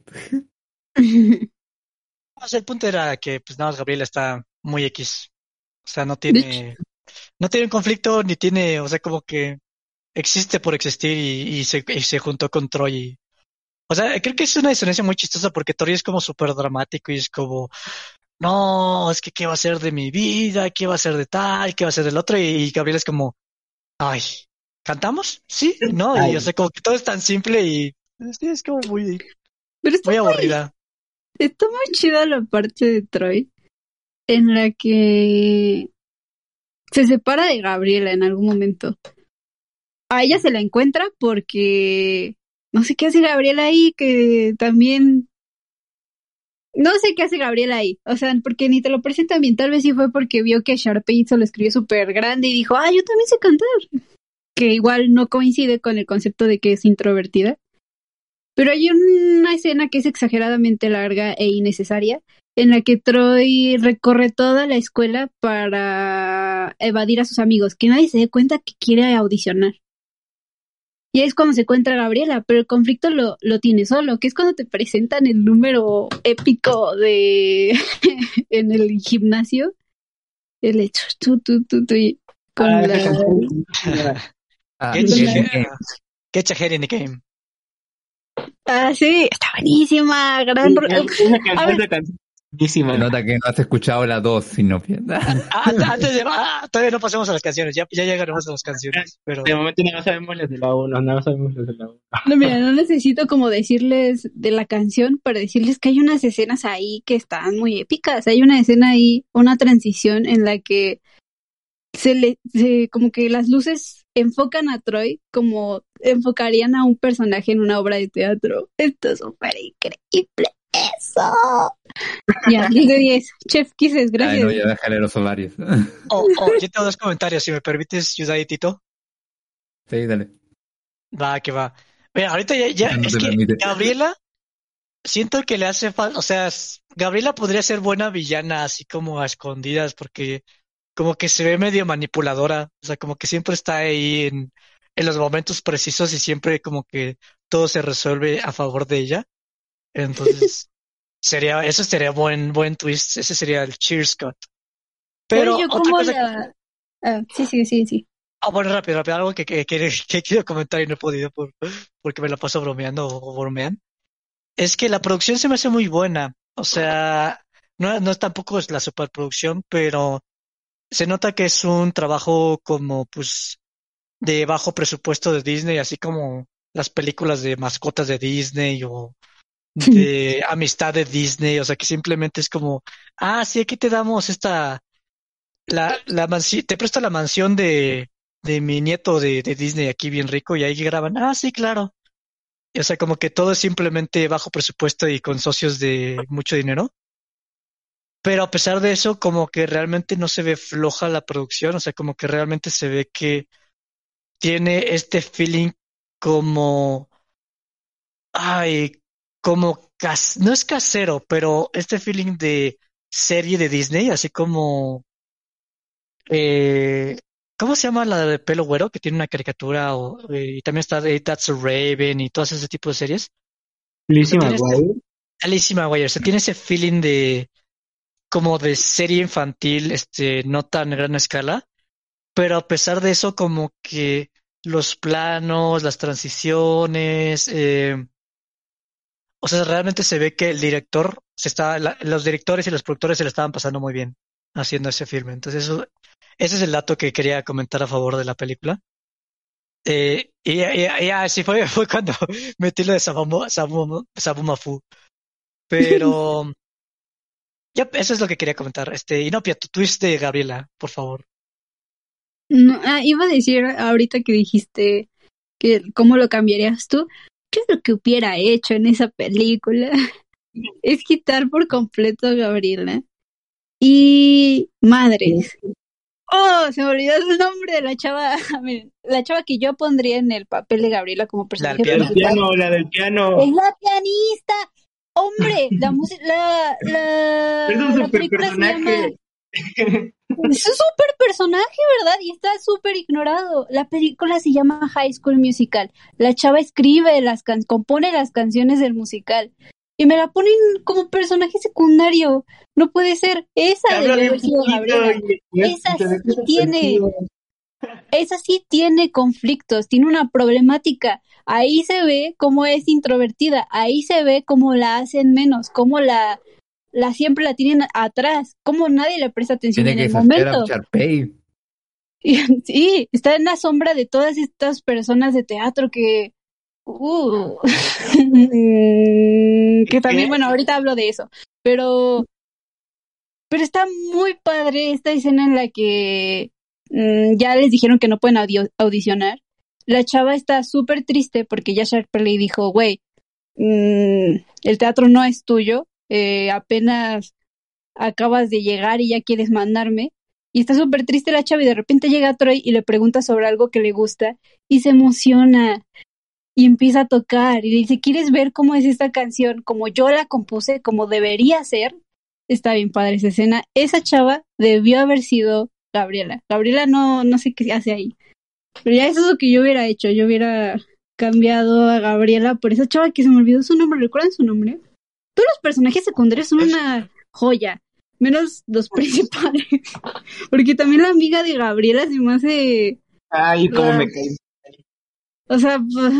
El punto era que pues nada más Gabriela está muy X. O sea, no tiene un conflicto ni tiene, o sea, como que existe por existir y se juntó con Troy. O sea, creo que es una disonancia muy chistosa porque Troy es como súper dramático y es como, no, es que qué va a ser de mi vida, qué va a ser de tal, qué va a ser del otro, y Gabriela es como, ay, ¿cantamos? Sí, ¿no? Y o sea, como que todo es tan simple y es como muy aburrida. Está muy chida la parte de Troy en la que se separa de Gabriela en algún momento. A ella se la encuentra porque no sé qué hace Gabriela ahí, que también No sé qué hace Gabriela ahí, o sea, porque ni te lo presentan bien, tal vez sí fue porque vio que Sharpay se lo escribió súper grande y dijo, yo también sé cantar, que igual no coincide con el concepto de que es introvertida, pero hay una escena que es exageradamente larga e innecesaria, en la que Troy recorre toda la escuela para evadir a sus amigos, que nadie se dé cuenta que quiere audicionar. Y es cuando se encuentra Gabriela, pero el conflicto lo tiene solo, que es cuando te presentan el número épico de en el gimnasio, el hecho con Get your head in the game. Sí, está buenísima, gran Esa canción buenísima. Se nota que no has escuchado la 2, sino Antes de todavía no pasemos a las canciones, ya llegaremos a las canciones, pero De momento no sabemos las de la 1, no sabemos las de la 1. No, mira, no necesito como decirles de la canción para decirles que hay unas escenas ahí que están muy épicas. Hay una escena ahí, una transición en la que como que las luces enfocan a Troy como enfocarían a un personaje en una obra de teatro. Esto es súper increíble. Eso. Ya, 10. Chef Kisses, gracias. No, ya déjale los ovarios. Yo tengo 2 comentarios, si me permites, Yudai y Tito. Sí, dale. Va, que va. Mira, ahorita ya No es te que permite. Gabriela, siento que le hace falta, o sea, Gabriela podría ser buena villana, así como a escondidas, porque como que se ve medio manipuladora, o sea, como que siempre está ahí en los momentos precisos y siempre como que todo se resuelve a favor de ella. Entonces, eso sería buen twist, ese sería el cheers cut. Pero Yo otra como cosa sí. bueno, rápido, algo que quiero comentar y no he podido porque me la paso bromeando o bromean. Es que la producción se me hace muy buena. O sea, no es tampoco es la superproducción, pero se nota que es un trabajo como, pues, de bajo presupuesto de Disney, así como las películas de mascotas de Disney o de amistad de Disney. O sea, que simplemente es como, sí, aquí te damos te presto la mansión de mi nieto de Disney aquí bien rico y ahí graban. Sí, claro. O sea, como que todo es simplemente bajo presupuesto y con socios de mucho dinero. Pero a pesar de eso, como que realmente no se ve floja la producción. O sea, como que realmente se ve que tiene este feeling como, como, no es casero, pero este feeling de serie de Disney, así como, eh, ¿cómo se llama la de pelo güero? Que tiene una caricatura, y también está de That's a Raven y todos ese tipo de series. O sea, Lizzie tiene McGuire. Alicia Maguire, o sea, tiene ese feeling de como de serie infantil, no tan gran escala, pero a pesar de eso, como que los planos, las transiciones, o sea, realmente se ve que el director los directores y los productores se le estaban pasando muy bien haciendo ese filme. Entonces, ese es el dato que quería comentar a favor de la película. Y así fue cuando metí lo de Sabumafu. Pero ya, eso es lo que quería comentar. Inopia, tu twist de Gabriela, por favor. No, iba a decir ahorita que dijiste que cómo lo cambiarías tú. ¿Qué es lo que hubiera hecho en esa película? Es quitar por completo a Gabriela. Y madres. Se me olvidó el nombre de la chava. Miren, la chava que yo pondría en el papel de Gabriela como personaje del principal. La del piano. Es la pianista. Hombre, la música, Es un la super película se llama... personaje. Es un súper personaje, ¿verdad? Y está súper ignorado. La película se llama High School Musical. La chava escribe compone las canciones del musical. Y me la ponen como personaje secundario. No puede ser. Esa debe haber sido Gabriela. Esa sí tiene conflictos, tiene una problemática. Ahí se ve cómo es introvertida. Ahí se ve cómo la hacen menos, cómo la siempre la tienen atrás, cómo nadie le presta atención en el momento. Sí, está en la sombra de todas estas personas de teatro que que también, bueno, ahorita hablo de eso, pero está muy padre esta escena en la que ya les dijeron que no pueden audicionar. La chava está súper triste porque ya Sharpay dijo, güey, el teatro no es tuyo, apenas acabas de llegar y ya quieres mandarme. Y está súper triste la chava y de repente llega Troy y le pregunta sobre algo que le gusta y se emociona y empieza a tocar y le dice, ¿quieres ver cómo es esta canción? Como yo la compuse, como debería ser. Está bien padre esa escena. Esa chava debió haber sido Gabriela. Gabriela no sé qué hace ahí. Pero ya eso es lo que yo hubiera hecho. Yo hubiera cambiado a Gabriela por esa chava que se me olvidó su nombre. ¿Recuerdan su nombre? Todos los personajes secundarios son una joya. Menos los principales. Porque también la amiga de Gabriela se me hace... Ay, cómo me caí. O sea,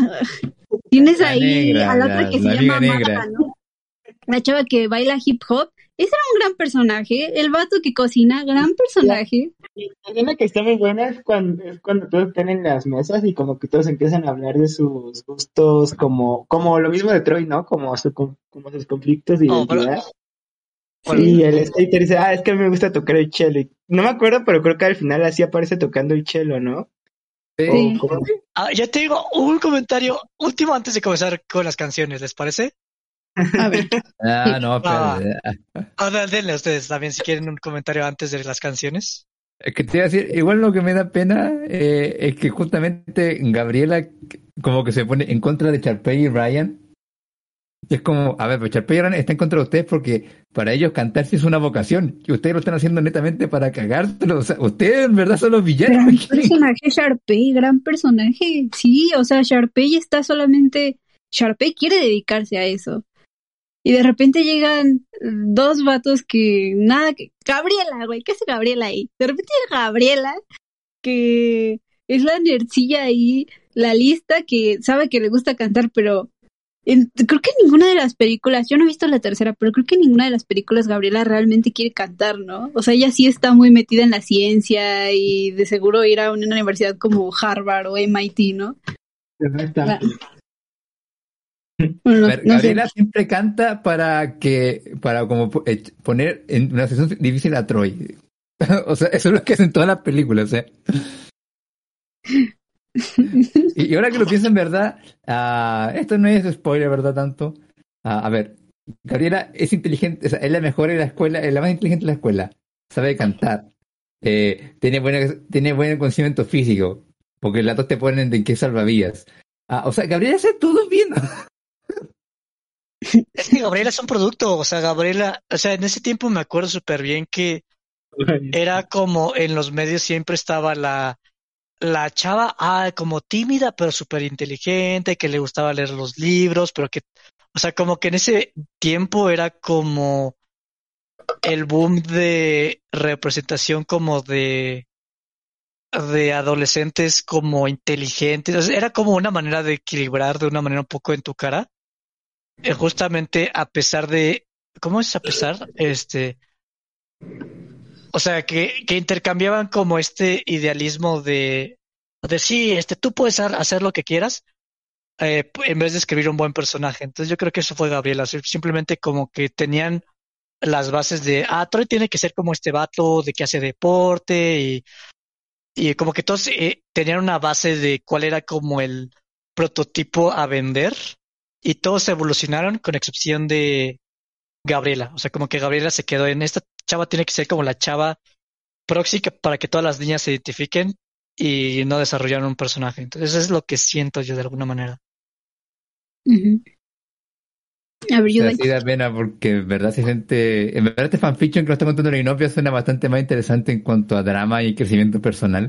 tienes La ahí negra, a la otra que se la llama amiga negra. Marta, ¿no? La chava que baila hip hop. Ese era un gran personaje. El vato que cocina, gran personaje. Y la escena que está muy buena es cuando todos están en las mesas y como que todos empiezan a hablar de sus gustos, como lo mismo de Troy, ¿no? Como sus conflictos de Oh, pero- identidad. Bueno, Y el skater dice, es que a mí me gusta tocar el cello. Y no me acuerdo, pero creo que al final así aparece tocando el cello, ¿no? Sí. O como- yo te digo un comentario último antes de comenzar con las canciones, ¿les parece? A ver. No, Ah. espérate. Ahora denle a ustedes también si quieren un comentario antes de las canciones. Es que te iba a decir, igual lo que me da pena es que justamente Gabriela como que se pone en contra de Sharpay y Ryan. Y es como, a ver, pero Sharpay y Ryan están en contra de ustedes porque para ellos cantar sí es una vocación. Y ustedes lo están haciendo netamente para cagárselo. O sea, ustedes en verdad son los villanos. Gran personaje Sharpay, gran personaje. Sí, o sea, Sharpay está solamente... Sharpay quiere dedicarse a eso. Y de repente llegan dos vatos que nada que... Gabriela, güey, ¿qué hace Gabriela ahí? De repente llega Gabriela, que es la nerdcilla ahí, la lista que sabe que le gusta cantar, pero creo que en ninguna de las películas, yo no he visto la tercera, pero creo que en ninguna de las películas Gabriela realmente quiere cantar, ¿no? O sea, ella sí está muy metida en la ciencia y de seguro ir a una universidad como Harvard o MIT, ¿no? Bueno, A ver, no sé. Gabriela siempre canta para como poner en una situación difícil a Troy. O sea, eso es lo que hacen todas las películas, o sea. Y ahora que lo pienso en verdad, esto no es spoiler, ¿verdad? Tanto. A ver, Gabriela es inteligente, o sea, es la mejor en la escuela, es la más inteligente de la escuela. Sabe cantar. Tiene buen conocimiento físico. Porque las dos te ponen de qué salvavidas. O sea, Gabriela hace todo bien. Es que Gabriela es un producto, o sea, Gabriela, o sea, en ese tiempo me acuerdo súper bien que era como en los medios siempre estaba la chava, como tímida, pero súper inteligente, que le gustaba leer los libros, pero que, o sea, como que en ese tiempo era como el boom de representación como de adolescentes como inteligentes, o sea, era como una manera de equilibrar de una manera un poco en tu cara. Justamente a pesar de, ¿cómo es a pesar? O sea, que intercambiaban como este idealismo de sí, tú puedes hacer lo que quieras, en vez de escribir un buen personaje. Entonces yo creo que eso fue Gabriela, simplemente como que tenían las bases de, Troy tiene que ser como este vato de que hace deporte y como que todos tenían una base de cuál era como el prototipo a vender. Y todos evolucionaron con excepción de Gabriela. O sea, como que Gabriela se quedó en esta chava tiene que ser como la chava proxy para que todas las niñas se identifiquen y no desarrollaron un personaje. Entonces eso es lo que siento yo de alguna manera. Uh-huh. A ver, O sea, sí da pena porque en verdad en verdad este fanfiction que nos está contando la Inopia suena bastante más interesante en cuanto a drama y crecimiento personal.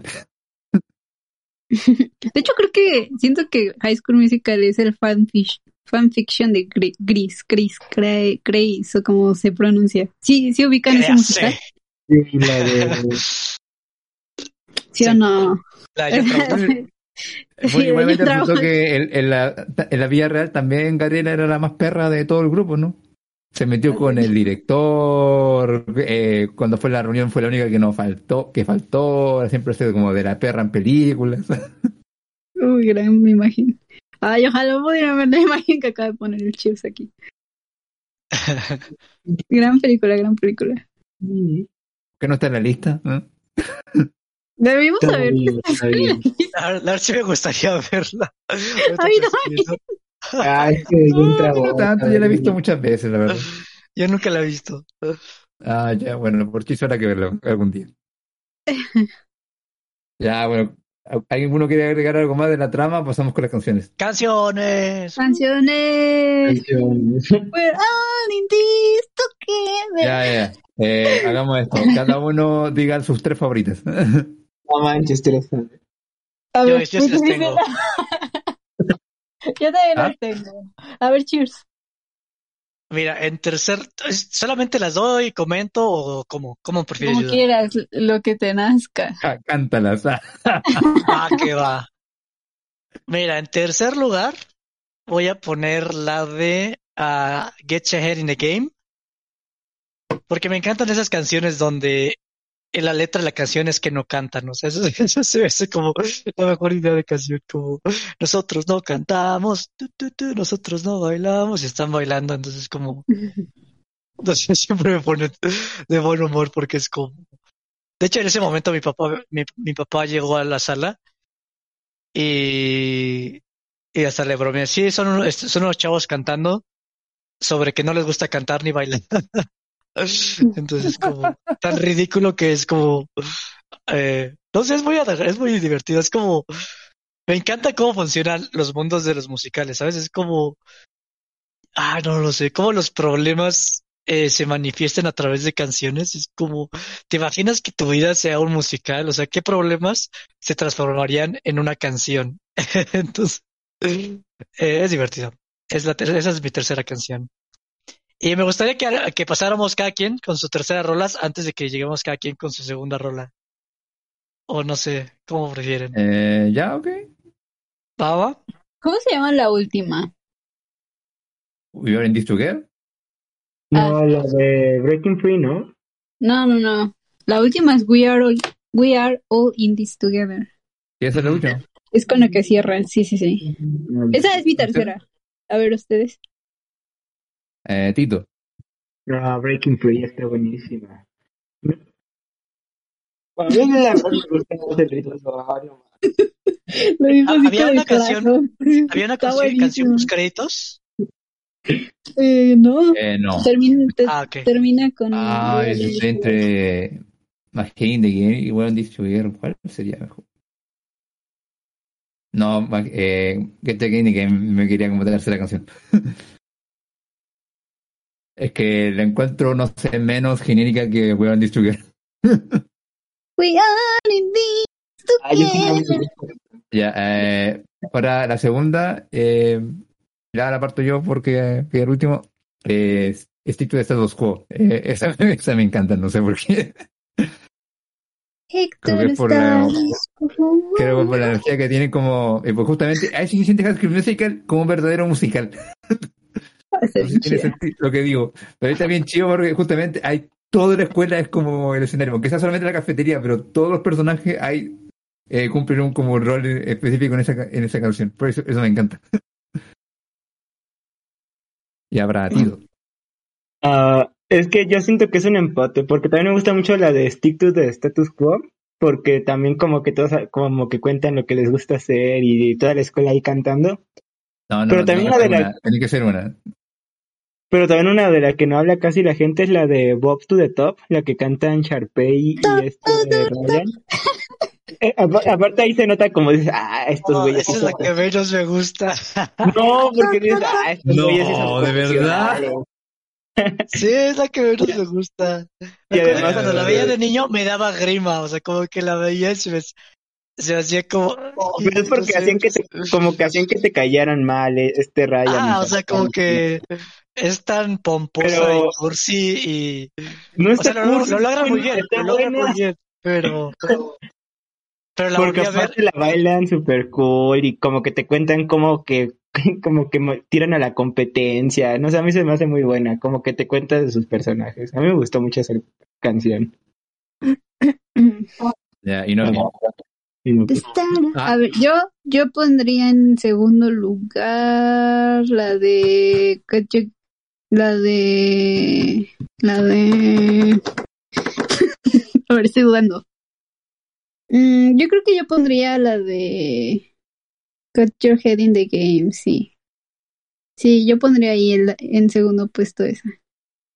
De hecho, creo que siento que High School Musical es el fanfiction de Grace, o como se pronuncia. Sí ubican ese musical. Sí, la de... ¿Sí o no? Igualmente resultó que en la vida real también Gabriela era la más perra de todo el grupo, ¿no? Se metió con el director, cuando fue la reunión fue la única que faltó, siempre ha sido como de la perra en películas. Uy, gran imagen. Ojalá pudieran ver la imagen que acaba de poner el Chips aquí. Gran película. ¿Que no está en la lista? ¿No? Debimos saber que está bien. La verdad sí me gustaría verla. Ay, no. Es que es un No trabajo. tanto, ya la he visto muchas veces, la verdad. Yo nunca la he visto. Ah, ya, bueno, por chiste habrá que verlo algún día. Ya, bueno, ¿alguno quiere agregar algo más de la trama? Pasamos con las canciones. ¡Canciones! Canciones. Canciones. We're all in this together. Ya. Hagamos esto. Cada uno diga sus 3 favoritas. No manches, tres. A Yo ver, sí las tengo. Yo también ¿Ah? las tengo. A ver, cheers. Mira, en tercer, ¿solamente las doy, comento o cómo prefieres Como ayudar? quieras, lo que te nazca. Cántalas. Ah, que va. Mira, en tercer lugar voy a poner la de Get Your Head in the Game, porque me encantan esas canciones donde en la letra de la canción es que no cantan, o sea, eso se me hace como la mejor idea de canción, como nosotros no cantamos, nosotros no bailamos, y están bailando, entonces como, no sé, siempre me pone de buen humor porque es como, de hecho en ese momento mi papá llegó a la sala y, y hasta le bromeé, sí, son unos chavos cantando sobre que no les gusta cantar ni bailar. Entonces es como tan ridículo que es como no sé, es muy divertido. Es como me encanta cómo funcionan los mundos de los musicales, ¿sabes? Es como no lo sé, cómo los problemas se manifiestan a través de canciones. Es como te imaginas que tu vida sea un musical, o sea, ¿qué problemas se transformarían en una canción? Entonces es divertido. Esa es mi tercera canción. Y me gustaría que pasáramos cada quien con su tercera rola antes de que lleguemos cada quien con su segunda rola. O no sé, ¿cómo prefieren? Ya, ok. ¿Va, va? ¿Cómo se llama la última? We are in this together. No, la de Breaking Free, ¿no? No. La última es We are all in this together. ¿Quieres hacer la última? Es con la que cierran, sí. Esa es mi tercera. A ver, ustedes. Tito. No, Breaking Free está buenísima. A mí la verdad me gusta más el ritmo suave, no mames. Lo mismo así Había con una el canción, corazón. había una Está canción buenísimo. post créditos. No. No. Ok. Termina con... Estoy entre Machine the Game y We are in this together. ¿Cuál sería mejor? No, Get the Game que me quería como tercera canción. Es que la encuentro, no sé, menos genérica que We are in this together. We are in this Yo sí no together. Ya, ahora la segunda, ya la parto yo porque fui el último. Stick to the status quo. Esa me encanta, no sé por qué. Creo que Héctor es por creo que por la energía que tiene como, pues justamente, ahí sí se siente High School Musical como un verdadero musical. No sé si tiene sentido lo que digo, pero está bien chido porque justamente hay toda la escuela es como el escenario, aunque sea solamente la cafetería, pero todos los personajes cumplen un como rol específico en esa canción. Por eso me encanta. Y habrá Tito. Es que yo siento que es un empate, porque también me gusta mucho la de Stick to the Status Quo, porque también como que todos como que cuentan lo que les gusta hacer y toda la escuela ahí cantando. No, Pero también tiene que ser una. Pero también una de la que no habla casi la gente es la de Bob to the Top, la que cantan Sharpay y Ryan. Aparte ahí se nota como dices, estos güeyes. Esa es la que menos me gusta. No, porque dices, estos güeyes sí son No, de verdad. profesionales. Sí, es la que menos me gusta. Y además, Cuando la veía de niño me daba grima, o sea, como que la veía y se me hacía como... pero es porque hacían como que hacían que te callaran mal, Ryan. o sea, como que es tan pomposa y cursi y... No O está sea, cursi, lo logra muy bien, está lo logra buena. muy bien, pero la Porque volví a ver. aparte la bailan super cool y como que te cuentan como que tiran a la competencia. No sé, a mí se me hace muy buena, como que te cuenta de sus personajes. A mí me gustó mucho esa canción. Ya, y no. A ver, yo pondría en segundo lugar la de a ver, estoy dudando. Yo creo que yo pondría la de Got Your Head in the Game, sí. Sí, yo pondría ahí en segundo puesto esa.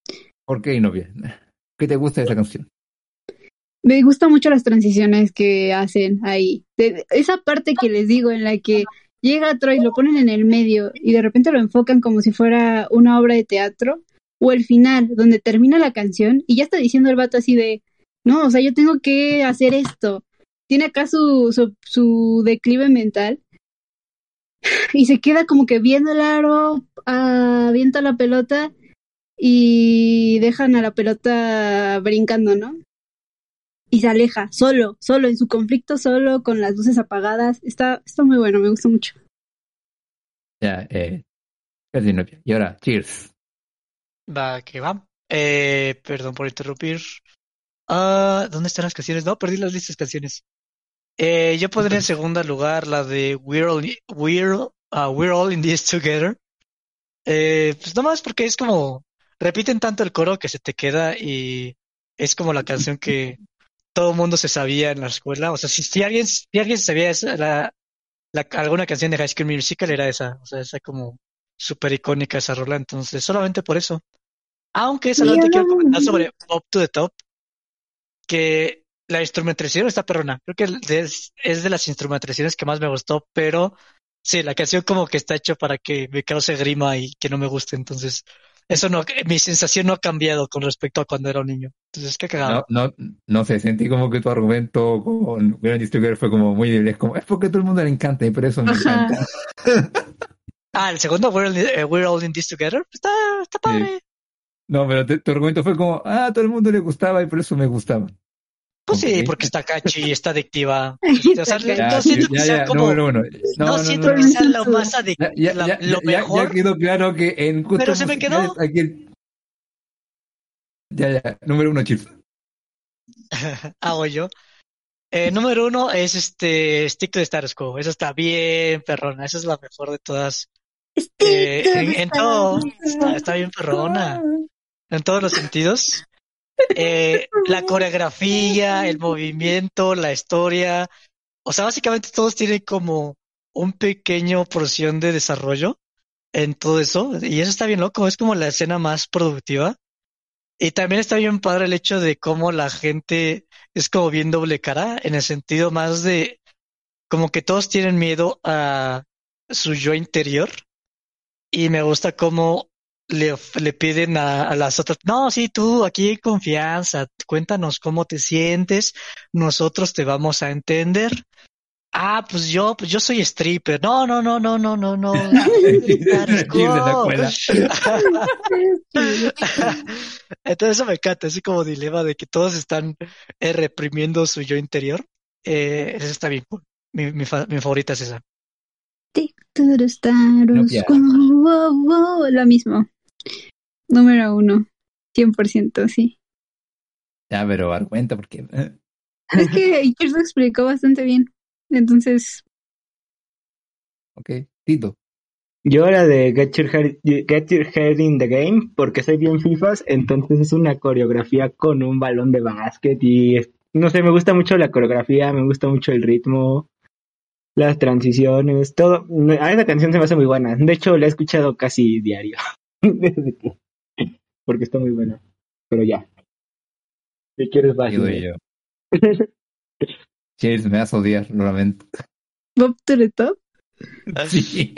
¿Por qué novia? ¿Qué te gusta de esa canción? Me gustan mucho las transiciones que hacen ahí. Esa parte que les digo en la que llega Troy, lo ponen en el medio y de repente lo enfocan como si fuera una obra de teatro. O el final, donde termina la canción y ya está diciendo el vato así de, no, o sea, yo tengo que hacer esto. Tiene acá su declive mental y se queda como que viendo el aro, avienta la pelota y dejan a la pelota brincando, ¿no? Y se aleja, solo, en su conflicto, solo, con las luces apagadas. Está muy bueno, me gusta mucho. Ya, casi novia. Y ahora, Cheers. Va, que va. Perdón por interrumpir. ¿Dónde están las canciones? No, perdí las listas de canciones. Yo pondría en segundo lugar la de We're All in This Together. Pues nomás porque es como, repiten tanto el coro que se te queda y es como la canción que todo el mundo se sabía en la escuela. O sea, si alguien se sabía alguna canción de High School Musical era esa. O sea, esa como súper icónica esa rola. Entonces, solamente por eso. Aunque solamente quiero comentar sobre Up to the Top, que la instrumentación está perrona. Creo que es de las instrumentaciones que más me gustó, pero sí, la canción como que está hecho para que me cause grima y que no me guste. Entonces, eso no, mi sensación no ha cambiado con respecto a cuando era un niño. Entonces, qué cagado. No sé, sentí como que tu argumento con We're All in This Together fue como muy débil. Es como, es porque a todo el mundo le encanta y por eso me Ajá. encanta. El segundo, We're All in This Together, está padre. No, pero tu argumento fue como, a todo el mundo le gustaba y por eso me gustaba. Pues sí, Ok. porque está catchy, está adictiva. O sea, Ya, no siento que sea como, número uno. no siento que sea lo más Ya, lo ya mejor, quedó claro que en pero gustos se me musicales quedó. aquí... Ya, número uno, Chips. Hago yo. Número uno es Stick to the Status Quo. Esa está bien perrona. Esa es la mejor de todas. En todo. Está bien perrona. En todos los sentidos. La coreografía, el movimiento, la historia. O sea, básicamente todos tienen como un pequeño porción de desarrollo en todo eso. Y eso está bien loco. Es como la escena más productiva. Y también está bien padre el hecho de cómo la gente es como bien doble cara, en el sentido más de como que todos tienen miedo a su yo interior. Y me gusta cómo le piden a las otras, no, sí, tú aquí en confianza, cuéntanos cómo te sientes, nosotros te vamos a entender. Pues yo soy stripper. No, no, no, no, no, no, no. Status Chips en la quo. escuela. Entonces eso me encanta, así como dilema de que todos están reprimiendo su yo interior. Eso está bien cool. Mi favorita es esa. Stick to the status Novia. quo. Lo mismo. Número 1. 100%, sí. Ya, pero dar cuenta porque... Es que Iker lo explicó bastante bien. Entonces, Ok, Tito. Yo era de Get Your Head in the Game porque soy bien FIFAs, entonces es una coreografía con un balón de básquet y no sé, me gusta mucho la coreografía, me gusta mucho el ritmo, las transiciones, todo. A esa canción se me hace muy buena. De hecho, la he escuchado casi diario. Porque está muy buena. Pero ya. Si quieres, vas. Digo yo. Cheers, me vas a odiar, lo lamento. Bob to the Top. Sí.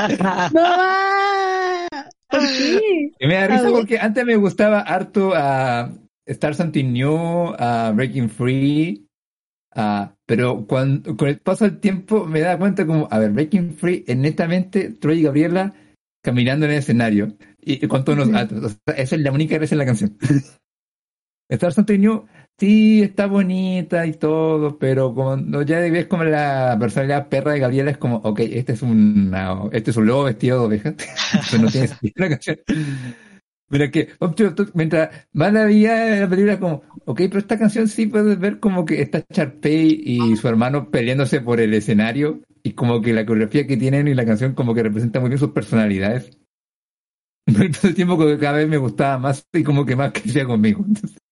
¡No! ¿Por qué? Y me da risa A ver. porque antes me gustaba harto a Star Something New, a Breaking Free, pero con el paso del tiempo me da cuenta como, a ver, Breaking Free es netamente Troy y Gabriela caminando en el escenario y con tonos altos. O sea, esa es la única gracia en la canción. Star Something New, sí, está bonita y todo, pero cuando ya ves como la personalidad perra de Gabriela es como, ok, este es un lobo vestido de oveja. Eso no tiene sentido la canción. Mira que, mientras va la vida de la película, como, ok, pero esta canción sí puedes ver como que está Sharpay y su hermano peleándose por el escenario y como que la coreografía que tienen y la canción como que representa muy bien sus personalidades. Pero todo el tiempo como que cada vez me gustaba más y como que más crecía conmigo.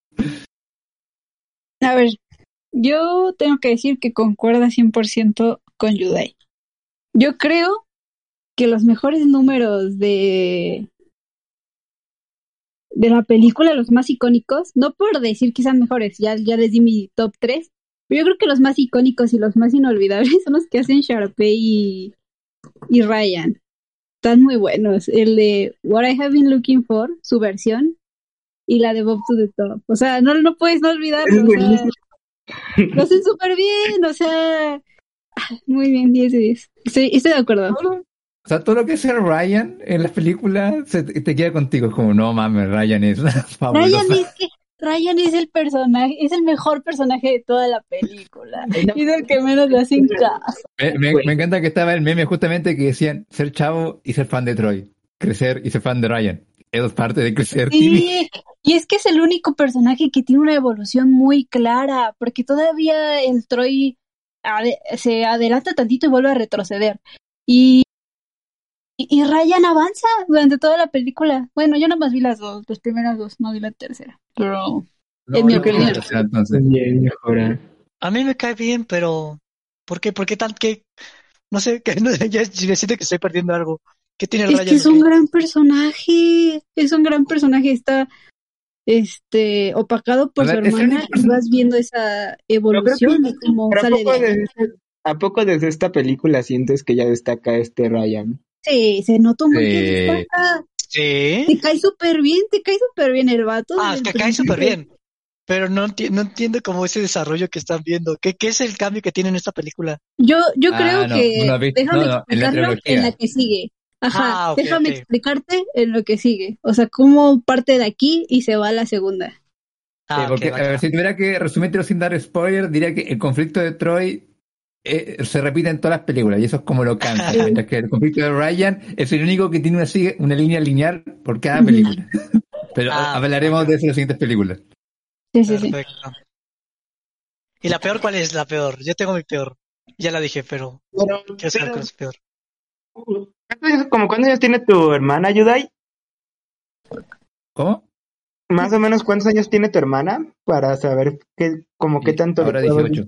A ver, yo tengo que decir que concuerda 100% con Yudai. Yo creo que los mejores números de de la película, los más icónicos, no por decir que sean mejores, ya les di mi top 3, pero yo creo que los más icónicos y los más inolvidables son los que hacen Sharpay y Ryan. Están muy buenos. El de What I Have Been Looking For, su versión, y la de Bob to the Top. O sea, no puedes no olvidarlo. O sea, lo hacen súper bien, o sea, muy bien, 10 de 10. Estoy de acuerdo. O sea, todo lo que es el Ryan en las películas te queda contigo. Es como, no mames, Ryan es fabulosa. Ryan es el personaje, es el mejor personaje de toda la película. Y es el que menos le hacen caso. Me encanta que estaba el meme justamente que decían ser chavo y ser fan de Troy. Crecer y ser fan de Ryan. Eso es parte de crecer. Sí, y es que es el único personaje que tiene una evolución muy clara, porque todavía el Troy se adelanta tantito y vuelve a retroceder. Y Ryan avanza durante toda la película. Bueno, yo nada más vi las primeras dos, no vi la tercera. Pero, en mi opinión. Bien, mejora. A mí me cae bien, pero ¿por qué? ¿Por qué tan que no sé, que no, ya me siento que estoy perdiendo algo? ¿Qué tiene el Es Ryan? que es un gran personaje, está opacado por su hermana y vas viendo esa evolución de cómo sale de ¿A poco desde esta película sientes que ya destaca Ryan? Sí, se nota un buen que destaca. Sí. Te cae súper bien el vato. Es que cae súper bien. Pero no entiendo cómo ese desarrollo que están viendo. ¿Qué es el cambio que tiene en esta película? Yo creo que déjame explicarlo en la que sigue. Ajá, okay, déjame explicarte en lo que sigue. O sea, cómo parte de aquí y se va a la segunda. Porque, a ver, si tuviera que resumirlo sin dar spoiler, diría que el conflicto de Troy se repite en todas las películas y eso es como lo cansa. Mientras que el conflicto de Ryan es el único que tiene una línea lineal por cada película. Pero hablaremos de eso en las siguientes películas. Sí. Perfecto. ¿Y la peor cuál es la peor? Yo tengo mi peor. Ya la dije, pero quiero saber cuál es peor. ¿Cómo cuántos años tiene tu hermana, Yudai? ¿Cómo? Más o menos cuántos años tiene tu hermana para saber qué tanto. Ahora 18.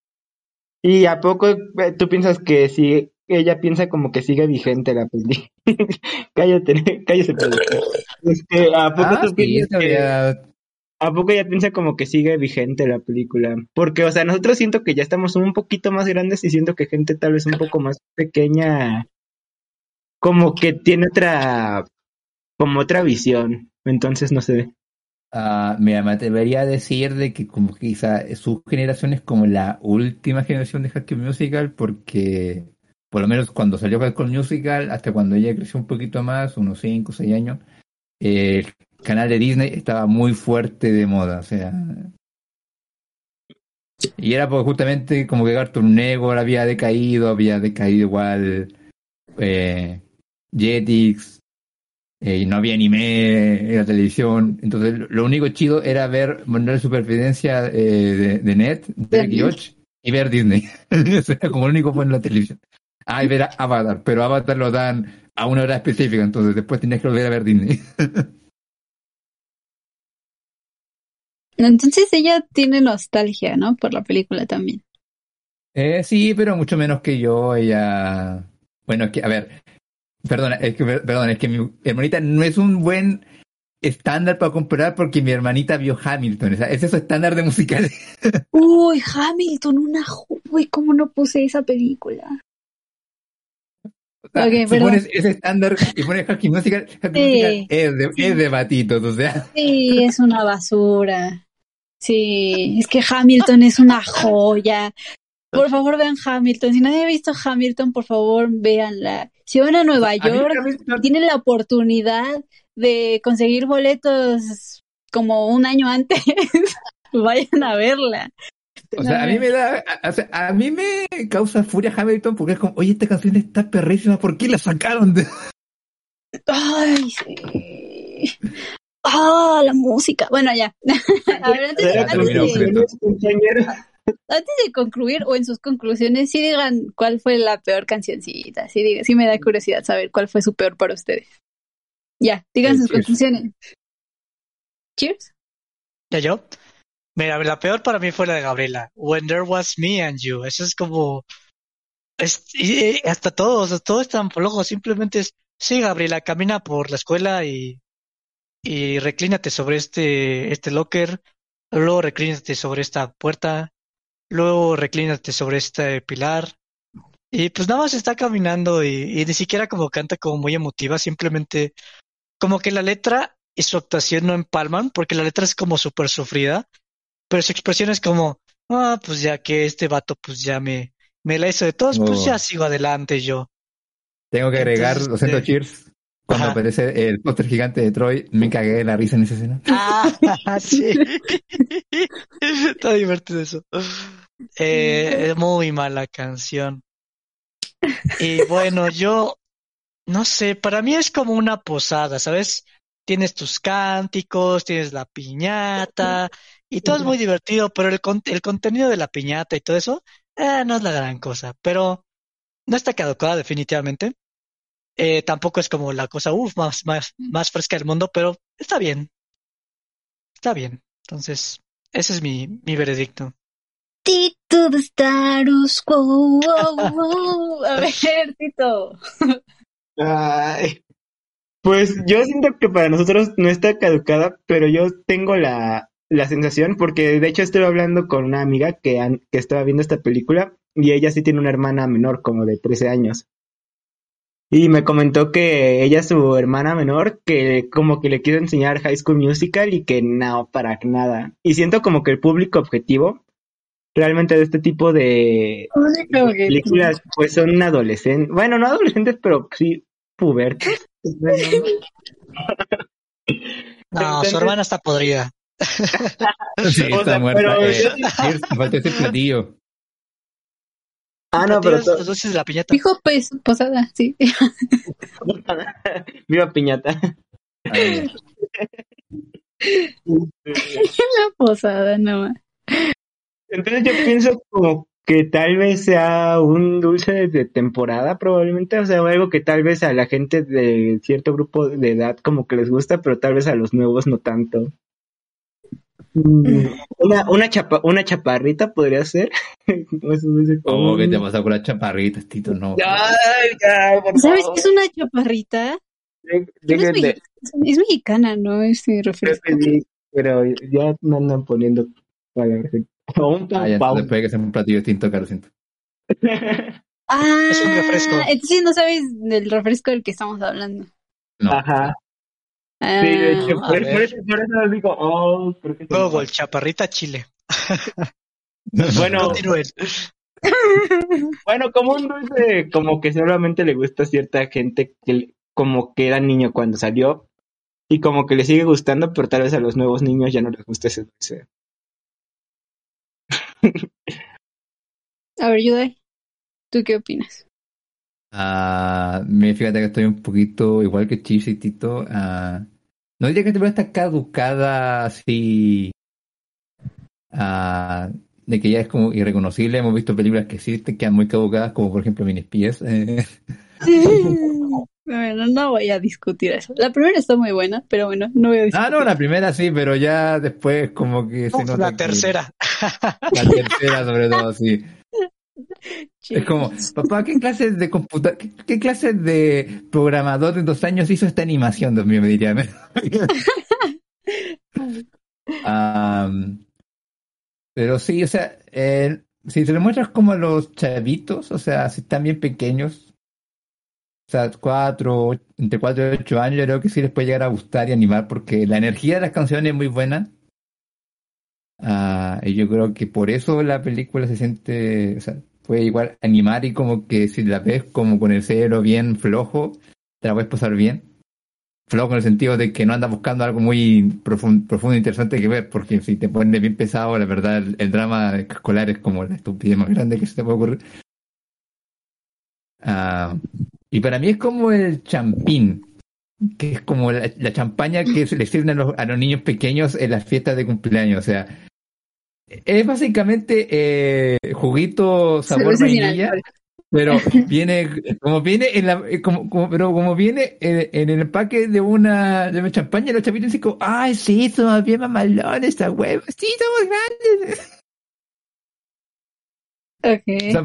¿Y a poco tú piensas que sí? Ella piensa como que sigue vigente la peli. Cállate, productor. ¿A poco tú piensas ¿A poco ella piensa como que sigue vigente la película? Porque, o sea, nosotros siento que ya estamos un poquito más grandes y siento que gente tal vez un poco más pequeña como que tiene otra visión. Entonces, no sé. Mira, me atrevería a decir de que como quizá su generación es como la última generación de High School Musical, porque por lo menos cuando salió High School Musical, hasta cuando ella creció un poquito más, unos 5 o 6 años, el canal de Disney estaba muy fuerte de moda, o sea, y era porque justamente como que Cartoon Network había decaído igual Jetix, y no había anime en la televisión, entonces lo único chido era ver Manual de Supervivencia de Net, de George, y ver Disney. Eso era como lo único bueno en la televisión. Y ver Avatar, pero Avatar lo dan a una hora específica, entonces después tenías que volver a ver Disney. Entonces ella tiene nostalgia, ¿no? Por la película también. Sí, pero mucho menos que yo. Ella, bueno, es que, a ver, perdona, es que mi hermanita no es un buen estándar para comparar porque mi hermanita vio Hamilton, o sea, ese es su estándar de musicales. Uy, Hamilton, uy, ¿cómo no puse esa película? O sea, si pones ese estándar y pones High School Musical, es de batitos, o sea. Sí, es una basura. Sí, es que Hamilton es una joya. Por favor, vean Hamilton. Si nadie ha visto Hamilton, por favor, véanla. Si van a Nueva York, tienen la oportunidad de conseguir boletos como un año antes, vayan a verla. O sea, a mí me causa furia Hamilton porque es como, oye, esta canción está perrísima, ¿por qué la sacaron de...? Ay, sí. La música. Bueno, ya. A ver, antes de concluir o en sus conclusiones, sí digan cuál fue la peor cancioncita. Sí me da curiosidad saber cuál fue su peor para ustedes. Ya, digan sus conclusiones. Cheers. ¿Ya yo? Mira, la peor para mí fue la de Gabriela. When There Was Me and You. Eso es como... hasta todo es tan flojo. Simplemente es... Sí, Gabriela, camina por la escuela y y reclínate sobre este locker, luego reclínate sobre esta puerta, luego reclínate sobre este pilar. Y pues nada más está caminando y ni siquiera como canta como muy emotiva, simplemente como que la letra y su actuación no empalman, porque la letra es como súper sufrida, pero su expresión es como, pues ya que este vato pues ya me la hizo de todos, pues ya Oh, sigo adelante yo. tengo que agregar, Entonces, lo siento, Cheers. Cuando ajá. aparece el póster gigante de Troy, me cagué de la risa en esa escena. Sí. Está divertido eso. Es muy mala canción. Y bueno, yo no sé, para mí es como una posada, ¿sabes? Tienes tus cánticos, tienes la piñata y todo es muy divertido, pero el contenido de la piñata y todo eso no es la gran cosa, pero no está caducada definitivamente. Tampoco es como la cosa más fresca del mundo, pero está bien, está bien. Entonces, ese es mi veredicto. Tito de status quo. A ver, Tito. Ay, pues yo siento que para nosotros no está caducada, pero yo tengo la sensación, porque de hecho estuve hablando con una amiga que estaba viendo esta película y ella sí tiene una hermana menor, como de 13 años. Y me comentó que ella, su hermana menor, que como que le quiso enseñar High School Musical y que no, para nada. Y siento como que el público objetivo realmente de este tipo de películas pues son adolescentes, bueno, no adolescentes, pero sí pubertos. No, su Entonces, hermana está podrida. Sí, o está sea, muerta. pero yo Cheers, me faltó ese platillo. El no, platillo pero es los dulces de la piñata. Dijo pues, posada, sí. viva piñata. Ah, ya. La posada, no. Entonces yo pienso como que tal vez sea un dulce de temporada probablemente, o sea, algo que tal vez a la gente de cierto grupo de edad como que les gusta, pero tal vez a los nuevos no tanto. Una chaparrita podría ser. No es un dulce Oh, ¿qué te común. pasa con las chaparritas, Tito? No, por favor. Ay, ya, por ¿Sabes qué favor. es una chaparrita? Creo que Dejen de, es mexicana, ¿no? Este creo que refresco. sí, pero ya me andan poniendo palabras. O un Ah, pau ya, pau. entonces puede que sea un platillo distinto, claro, siento. Es un Ah, refresco. entonces no sabes del refresco del que estamos hablando. No. Ajá. Sí, de hecho, Ah, A ver. por eso digo, oh, creo que es el Google, pau. chaparrita chile. Bueno, Continúen. bueno, como un dulce, como que solamente le gusta a cierta gente como que era niño cuando salió y como que le sigue gustando, pero tal vez a los nuevos niños ya no les gusta ese dulce. a ver, Yudai, ¿tú qué opinas? Fíjate que estoy un poquito igual que Cheers y Tito. No diría que esta película está caducada así, de que ya es como irreconocible. Hemos visto películas que sí te quedan muy caducadas, como por ejemplo Minispies. Bueno, no voy a discutir eso. La primera está muy buena, pero bueno, no voy a No, discutir la eso. primera sí, pero ya después como que se Uf, la nota que tercera. la tercera sobre todo, sí. Es como, Chis. papá, ¿qué clases de qué clases de programador de 2 años hizo esta animación, Dios mío, me dirían? Am, pero sí, o sea, si te lo muestras como a los chavitos, o sea, si están bien pequeños, o sea, entre 4 y 8 años, yo creo que sí les puede llegar a gustar y animar porque la energía de las canciones es muy buena. Y yo creo que por eso la película se siente, o sea, puede igual animar y como que si la ves como con el cerebro bien flojo, te la puedes pasar bien. Flojo en el sentido de que no andas buscando algo muy profundo e interesante que ver, porque si te pones bien pesado, la verdad, el drama escolar es como la estupidez más grande que se te puede ocurrir. Ah, y para mí es como el champín, que es como la champaña que se le sirven a los niños pequeños en las fiestas de cumpleaños. O sea, es básicamente juguito sabor Cerveza sin vainilla, alcohol. pero viene en la, pero como viene en el empaque de una champaña, los chapitos dicen como, ay, sí, somos bien mamalones, a huevos, sí, somos grandes. O sea, Ok.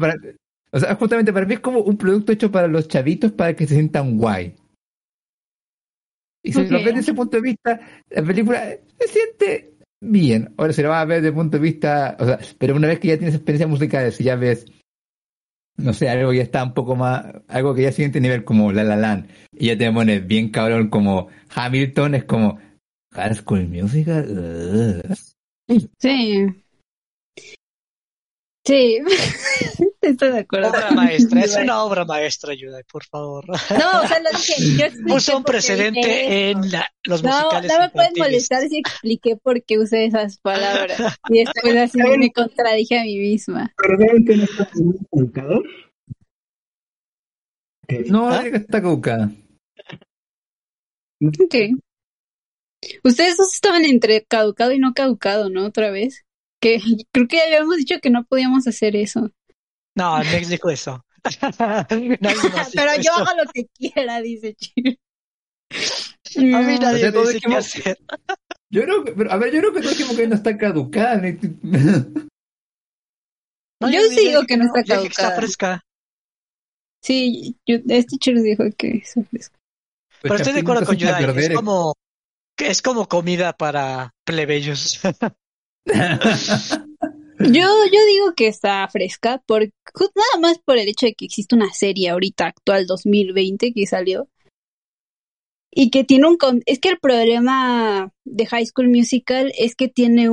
justamente para mí es como un producto hecho para los chavitos para que se sientan guay. Y si Ok. lo ves desde ese punto de vista, la película se siente bien. Ahora, si lo vas a ver desde el punto de vista, o sea, pero una vez que ya tienes experiencia musical, si ya ves, no sé, algo que ya está un poco más, algo que ya siguiente nivel como La La Land, y ya te pones bien cabrón como Hamilton, es como High School Musical. Sí. Sí. Estoy de acuerdo. Obra maestra, es una obra maestra, Yudai, por favor. No, o sea, lo dije, yo expliqué Puso un por qué dije precedente eso. en los No, musicales no me pueden infantiles. molestar si expliqué por qué usé esas palabras. Y después así me contradije a mí misma. ¿Perdón que no está muy estancado? No, ¿Ah? que está caducada. Ok. Ustedes dos estaban entre caducado y no caducado, ¿no? Otra vez. Que creo que ya habíamos dicho que no podíamos hacer eso. No, Nex dijo eso. Nadie más dijo Pero yo eso. hago lo que quiera, dice Chir. A mí O nadie sea, me todos dice qué dijimos- hacer. Yo creo que, pero, a ver, yo creo que todos dijimos que no está caducada. No, Yo sí dije digo que no está yo dije que está caducada. fresca. Sí, este Chir dijo que eso es. Pero estoy de acuerdo con Entonces, a Yudai. perder. Es como comida para plebeyos. Yo digo que está fresca, nada más por el hecho de que existe una serie ahorita actual 2020 que salió y que tiene es que el problema de High School Musical es que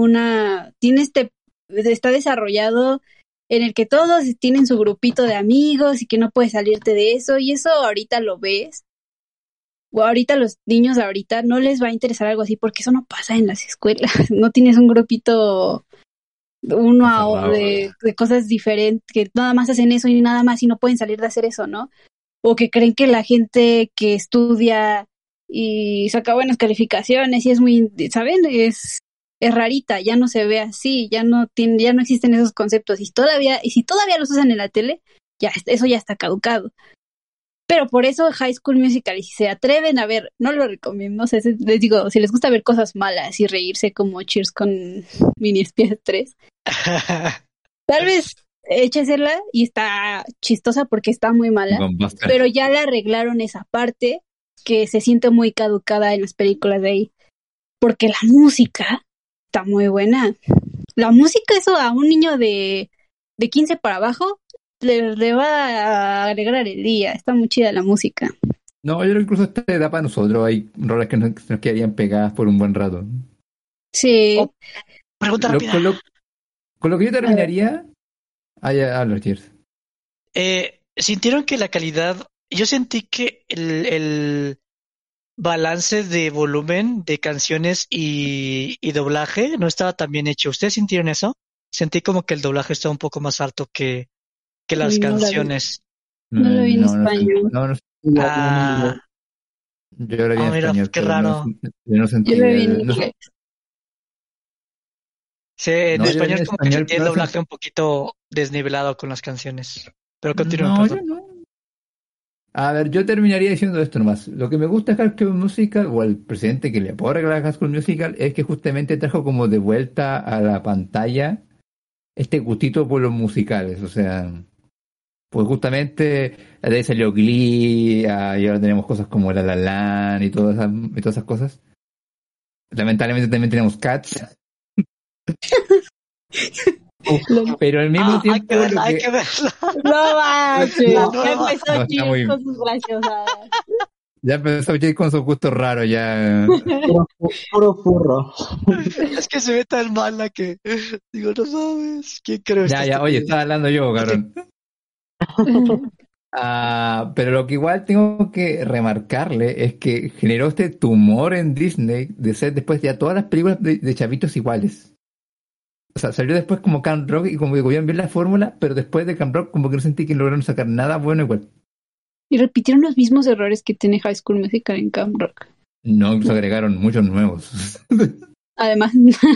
está desarrollado en el que todos tienen su grupito de amigos y que no puedes salirte de eso, y eso ahorita lo ves. O ahorita los niños ahorita no les va a interesar algo así porque eso no pasa en las escuelas. No tienes un grupito uno a de cosas diferentes, que nada más hacen eso y nada más y no pueden salir de hacer eso, ¿no? O que creen que la gente que estudia y saca buenas calificaciones y es muy, ¿saben? Es rarita, ya no se ve así, ya no existen esos conceptos y si todavía los usan en la tele, eso ya está caducado. Pero por eso High School Musical, y si se atreven a ver, no lo recomiendo, o sea, les digo, si les gusta ver cosas malas y reírse como Cheers con Mini Espías 3, tal vez échesela y está chistosa porque está muy mala, pero ya le arreglaron esa parte que se siente muy caducada en las películas de ahí, porque la música está muy buena. La música, eso a un niño de 15 para abajo le va a alegrar el día. Está muy chida la música. No, yo creo que incluso esta edad para nosotros hay roles que nos quedarían pegadas por un buen rato. Sí. Pregunta rápida. Con lo que yo terminaría... habla, Cheers. ¿Sintieron que la calidad... Yo sentí que el balance de volumen de canciones y doblaje no estaba tan bien hecho. ¿Ustedes sintieron eso? Sentí como que el doblaje estaba un poco más alto que las canciones. No lo vi en español. Yo lo vi en mira, español. qué raro. No sentí, yo lo vi en inglés. Sí, en español como que sentí el pero doblaje un poquito desnivelado con las canciones. Pero continúen, no, perdón. yo no. A ver, yo terminaría diciendo esto nomás. Lo que me gusta de High School Musical, o el presidente que le puedo regalar a High School Musical, es que justamente trajo como de vuelta a la pantalla este gustito por los musicales. O sea, pues justamente de ahí salió Glee, y ahora tenemos cosas como La La Land y todas esas cosas. Lamentablemente también tenemos Cats. Pero al mismo tiempo hay que verla. No manches, ya empezó está Chir muy- con sus graciosadas. Ya empezó Jay con sus gustos raros ya. Puro furro. Es que se ve tan mala que digo, no sabes. ¿Quién creo Ya, oye, estaba hablando yo, cabrón. Pero lo que igual tengo que remarcarle es que generó este tumor en Disney de ser después ya todas las películas de chavitos iguales. O sea, salió después como Camp Rock y como que cogieron bien la fórmula, pero después de Camp Rock como que no sentí que lograron sacar nada bueno igual. Y repitieron los mismos errores que tiene High School Musical en Camp Rock. No, incluso agregaron muchos nuevos. Además.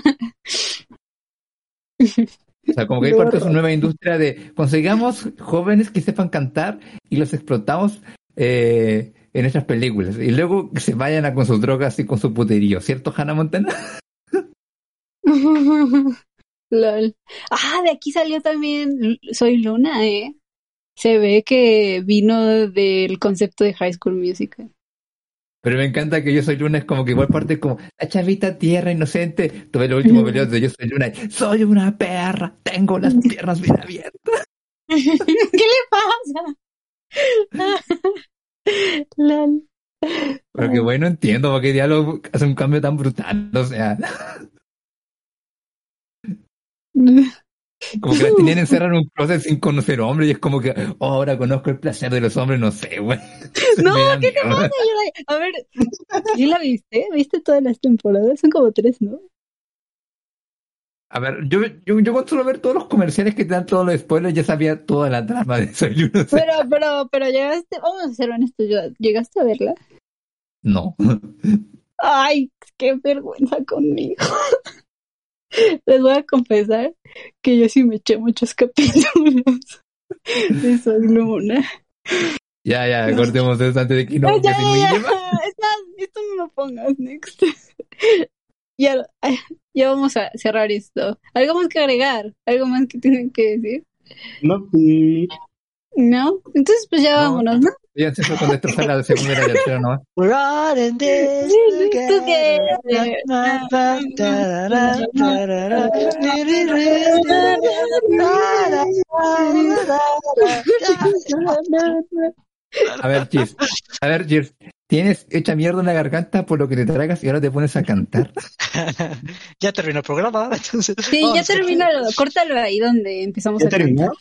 O sea, como que hay parte de su nueva industria de consigamos jóvenes que sepan cantar y los explotamos en estas películas. Y luego que se vayan a con sus drogas y con su puterío. ¿Cierto, Hannah Montana? Lol. De aquí salió también Soy Luna, ¿eh? Se ve que vino del concepto de High School Musical. Pero me encanta que Yo Soy Luna es como que igual parte como la chavita tierra inocente. Tú ves los últimos videos de Yo Soy Luna y soy una perra, tengo las piernas bien abiertas. ¿Qué le pasa? Lol. Pero que bueno, entiendo por qué Diálogo hace un cambio tan brutal, o sea. Como que la tenían encerrada en un closet sin conocer hombres y es como que, ahora conozco el placer de los hombres, no sé, güey. No, ¿qué te pasa? A ver, ¿sí la viste? ¿Viste todas las temporadas? Son como 3, ¿no? A ver, yo con solo ver todos los comerciales que te dan todos los spoilers ya sabía toda la trama de Soy Luna. Pero llegaste, vamos a ser honestos, ¿llegaste a verla? No. Ay, qué vergüenza conmigo. Les voy a confesar que yo sí me eché muchos capítulos de Soy Luna. Ya, cortemos eso antes de que no. Ya. Esto no lo pongas, next. Ya vamos a cerrar esto. ¿Algo más que agregar? ¿Algo más que tienen que decir? No, sí. ¿No? Entonces pues ya vámonos, ¿no? Fíjense eso con destrozar la segunda y la tercera nomás. We're all in this A ver, Cheers. Tienes hecha mierda en la garganta por lo que te tragas y ahora te pones a cantar. Ya terminó el programa, entonces. Sí, ya termínalo. Córtalo ahí donde empezamos a terminó?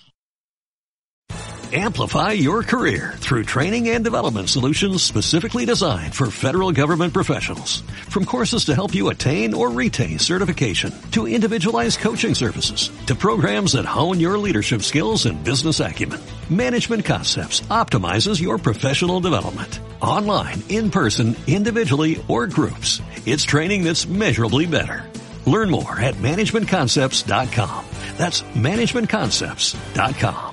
Amplify your career through training and development solutions specifically designed for federal government professionals. From courses to help you attain or retain certification, to individualized coaching services, to programs that hone your leadership skills and business acumen, Management Concepts optimizes your professional development. Online, in person, individually, or groups, it's training that's measurably better. Learn more at managementconcepts.com. That's managementconcepts.com.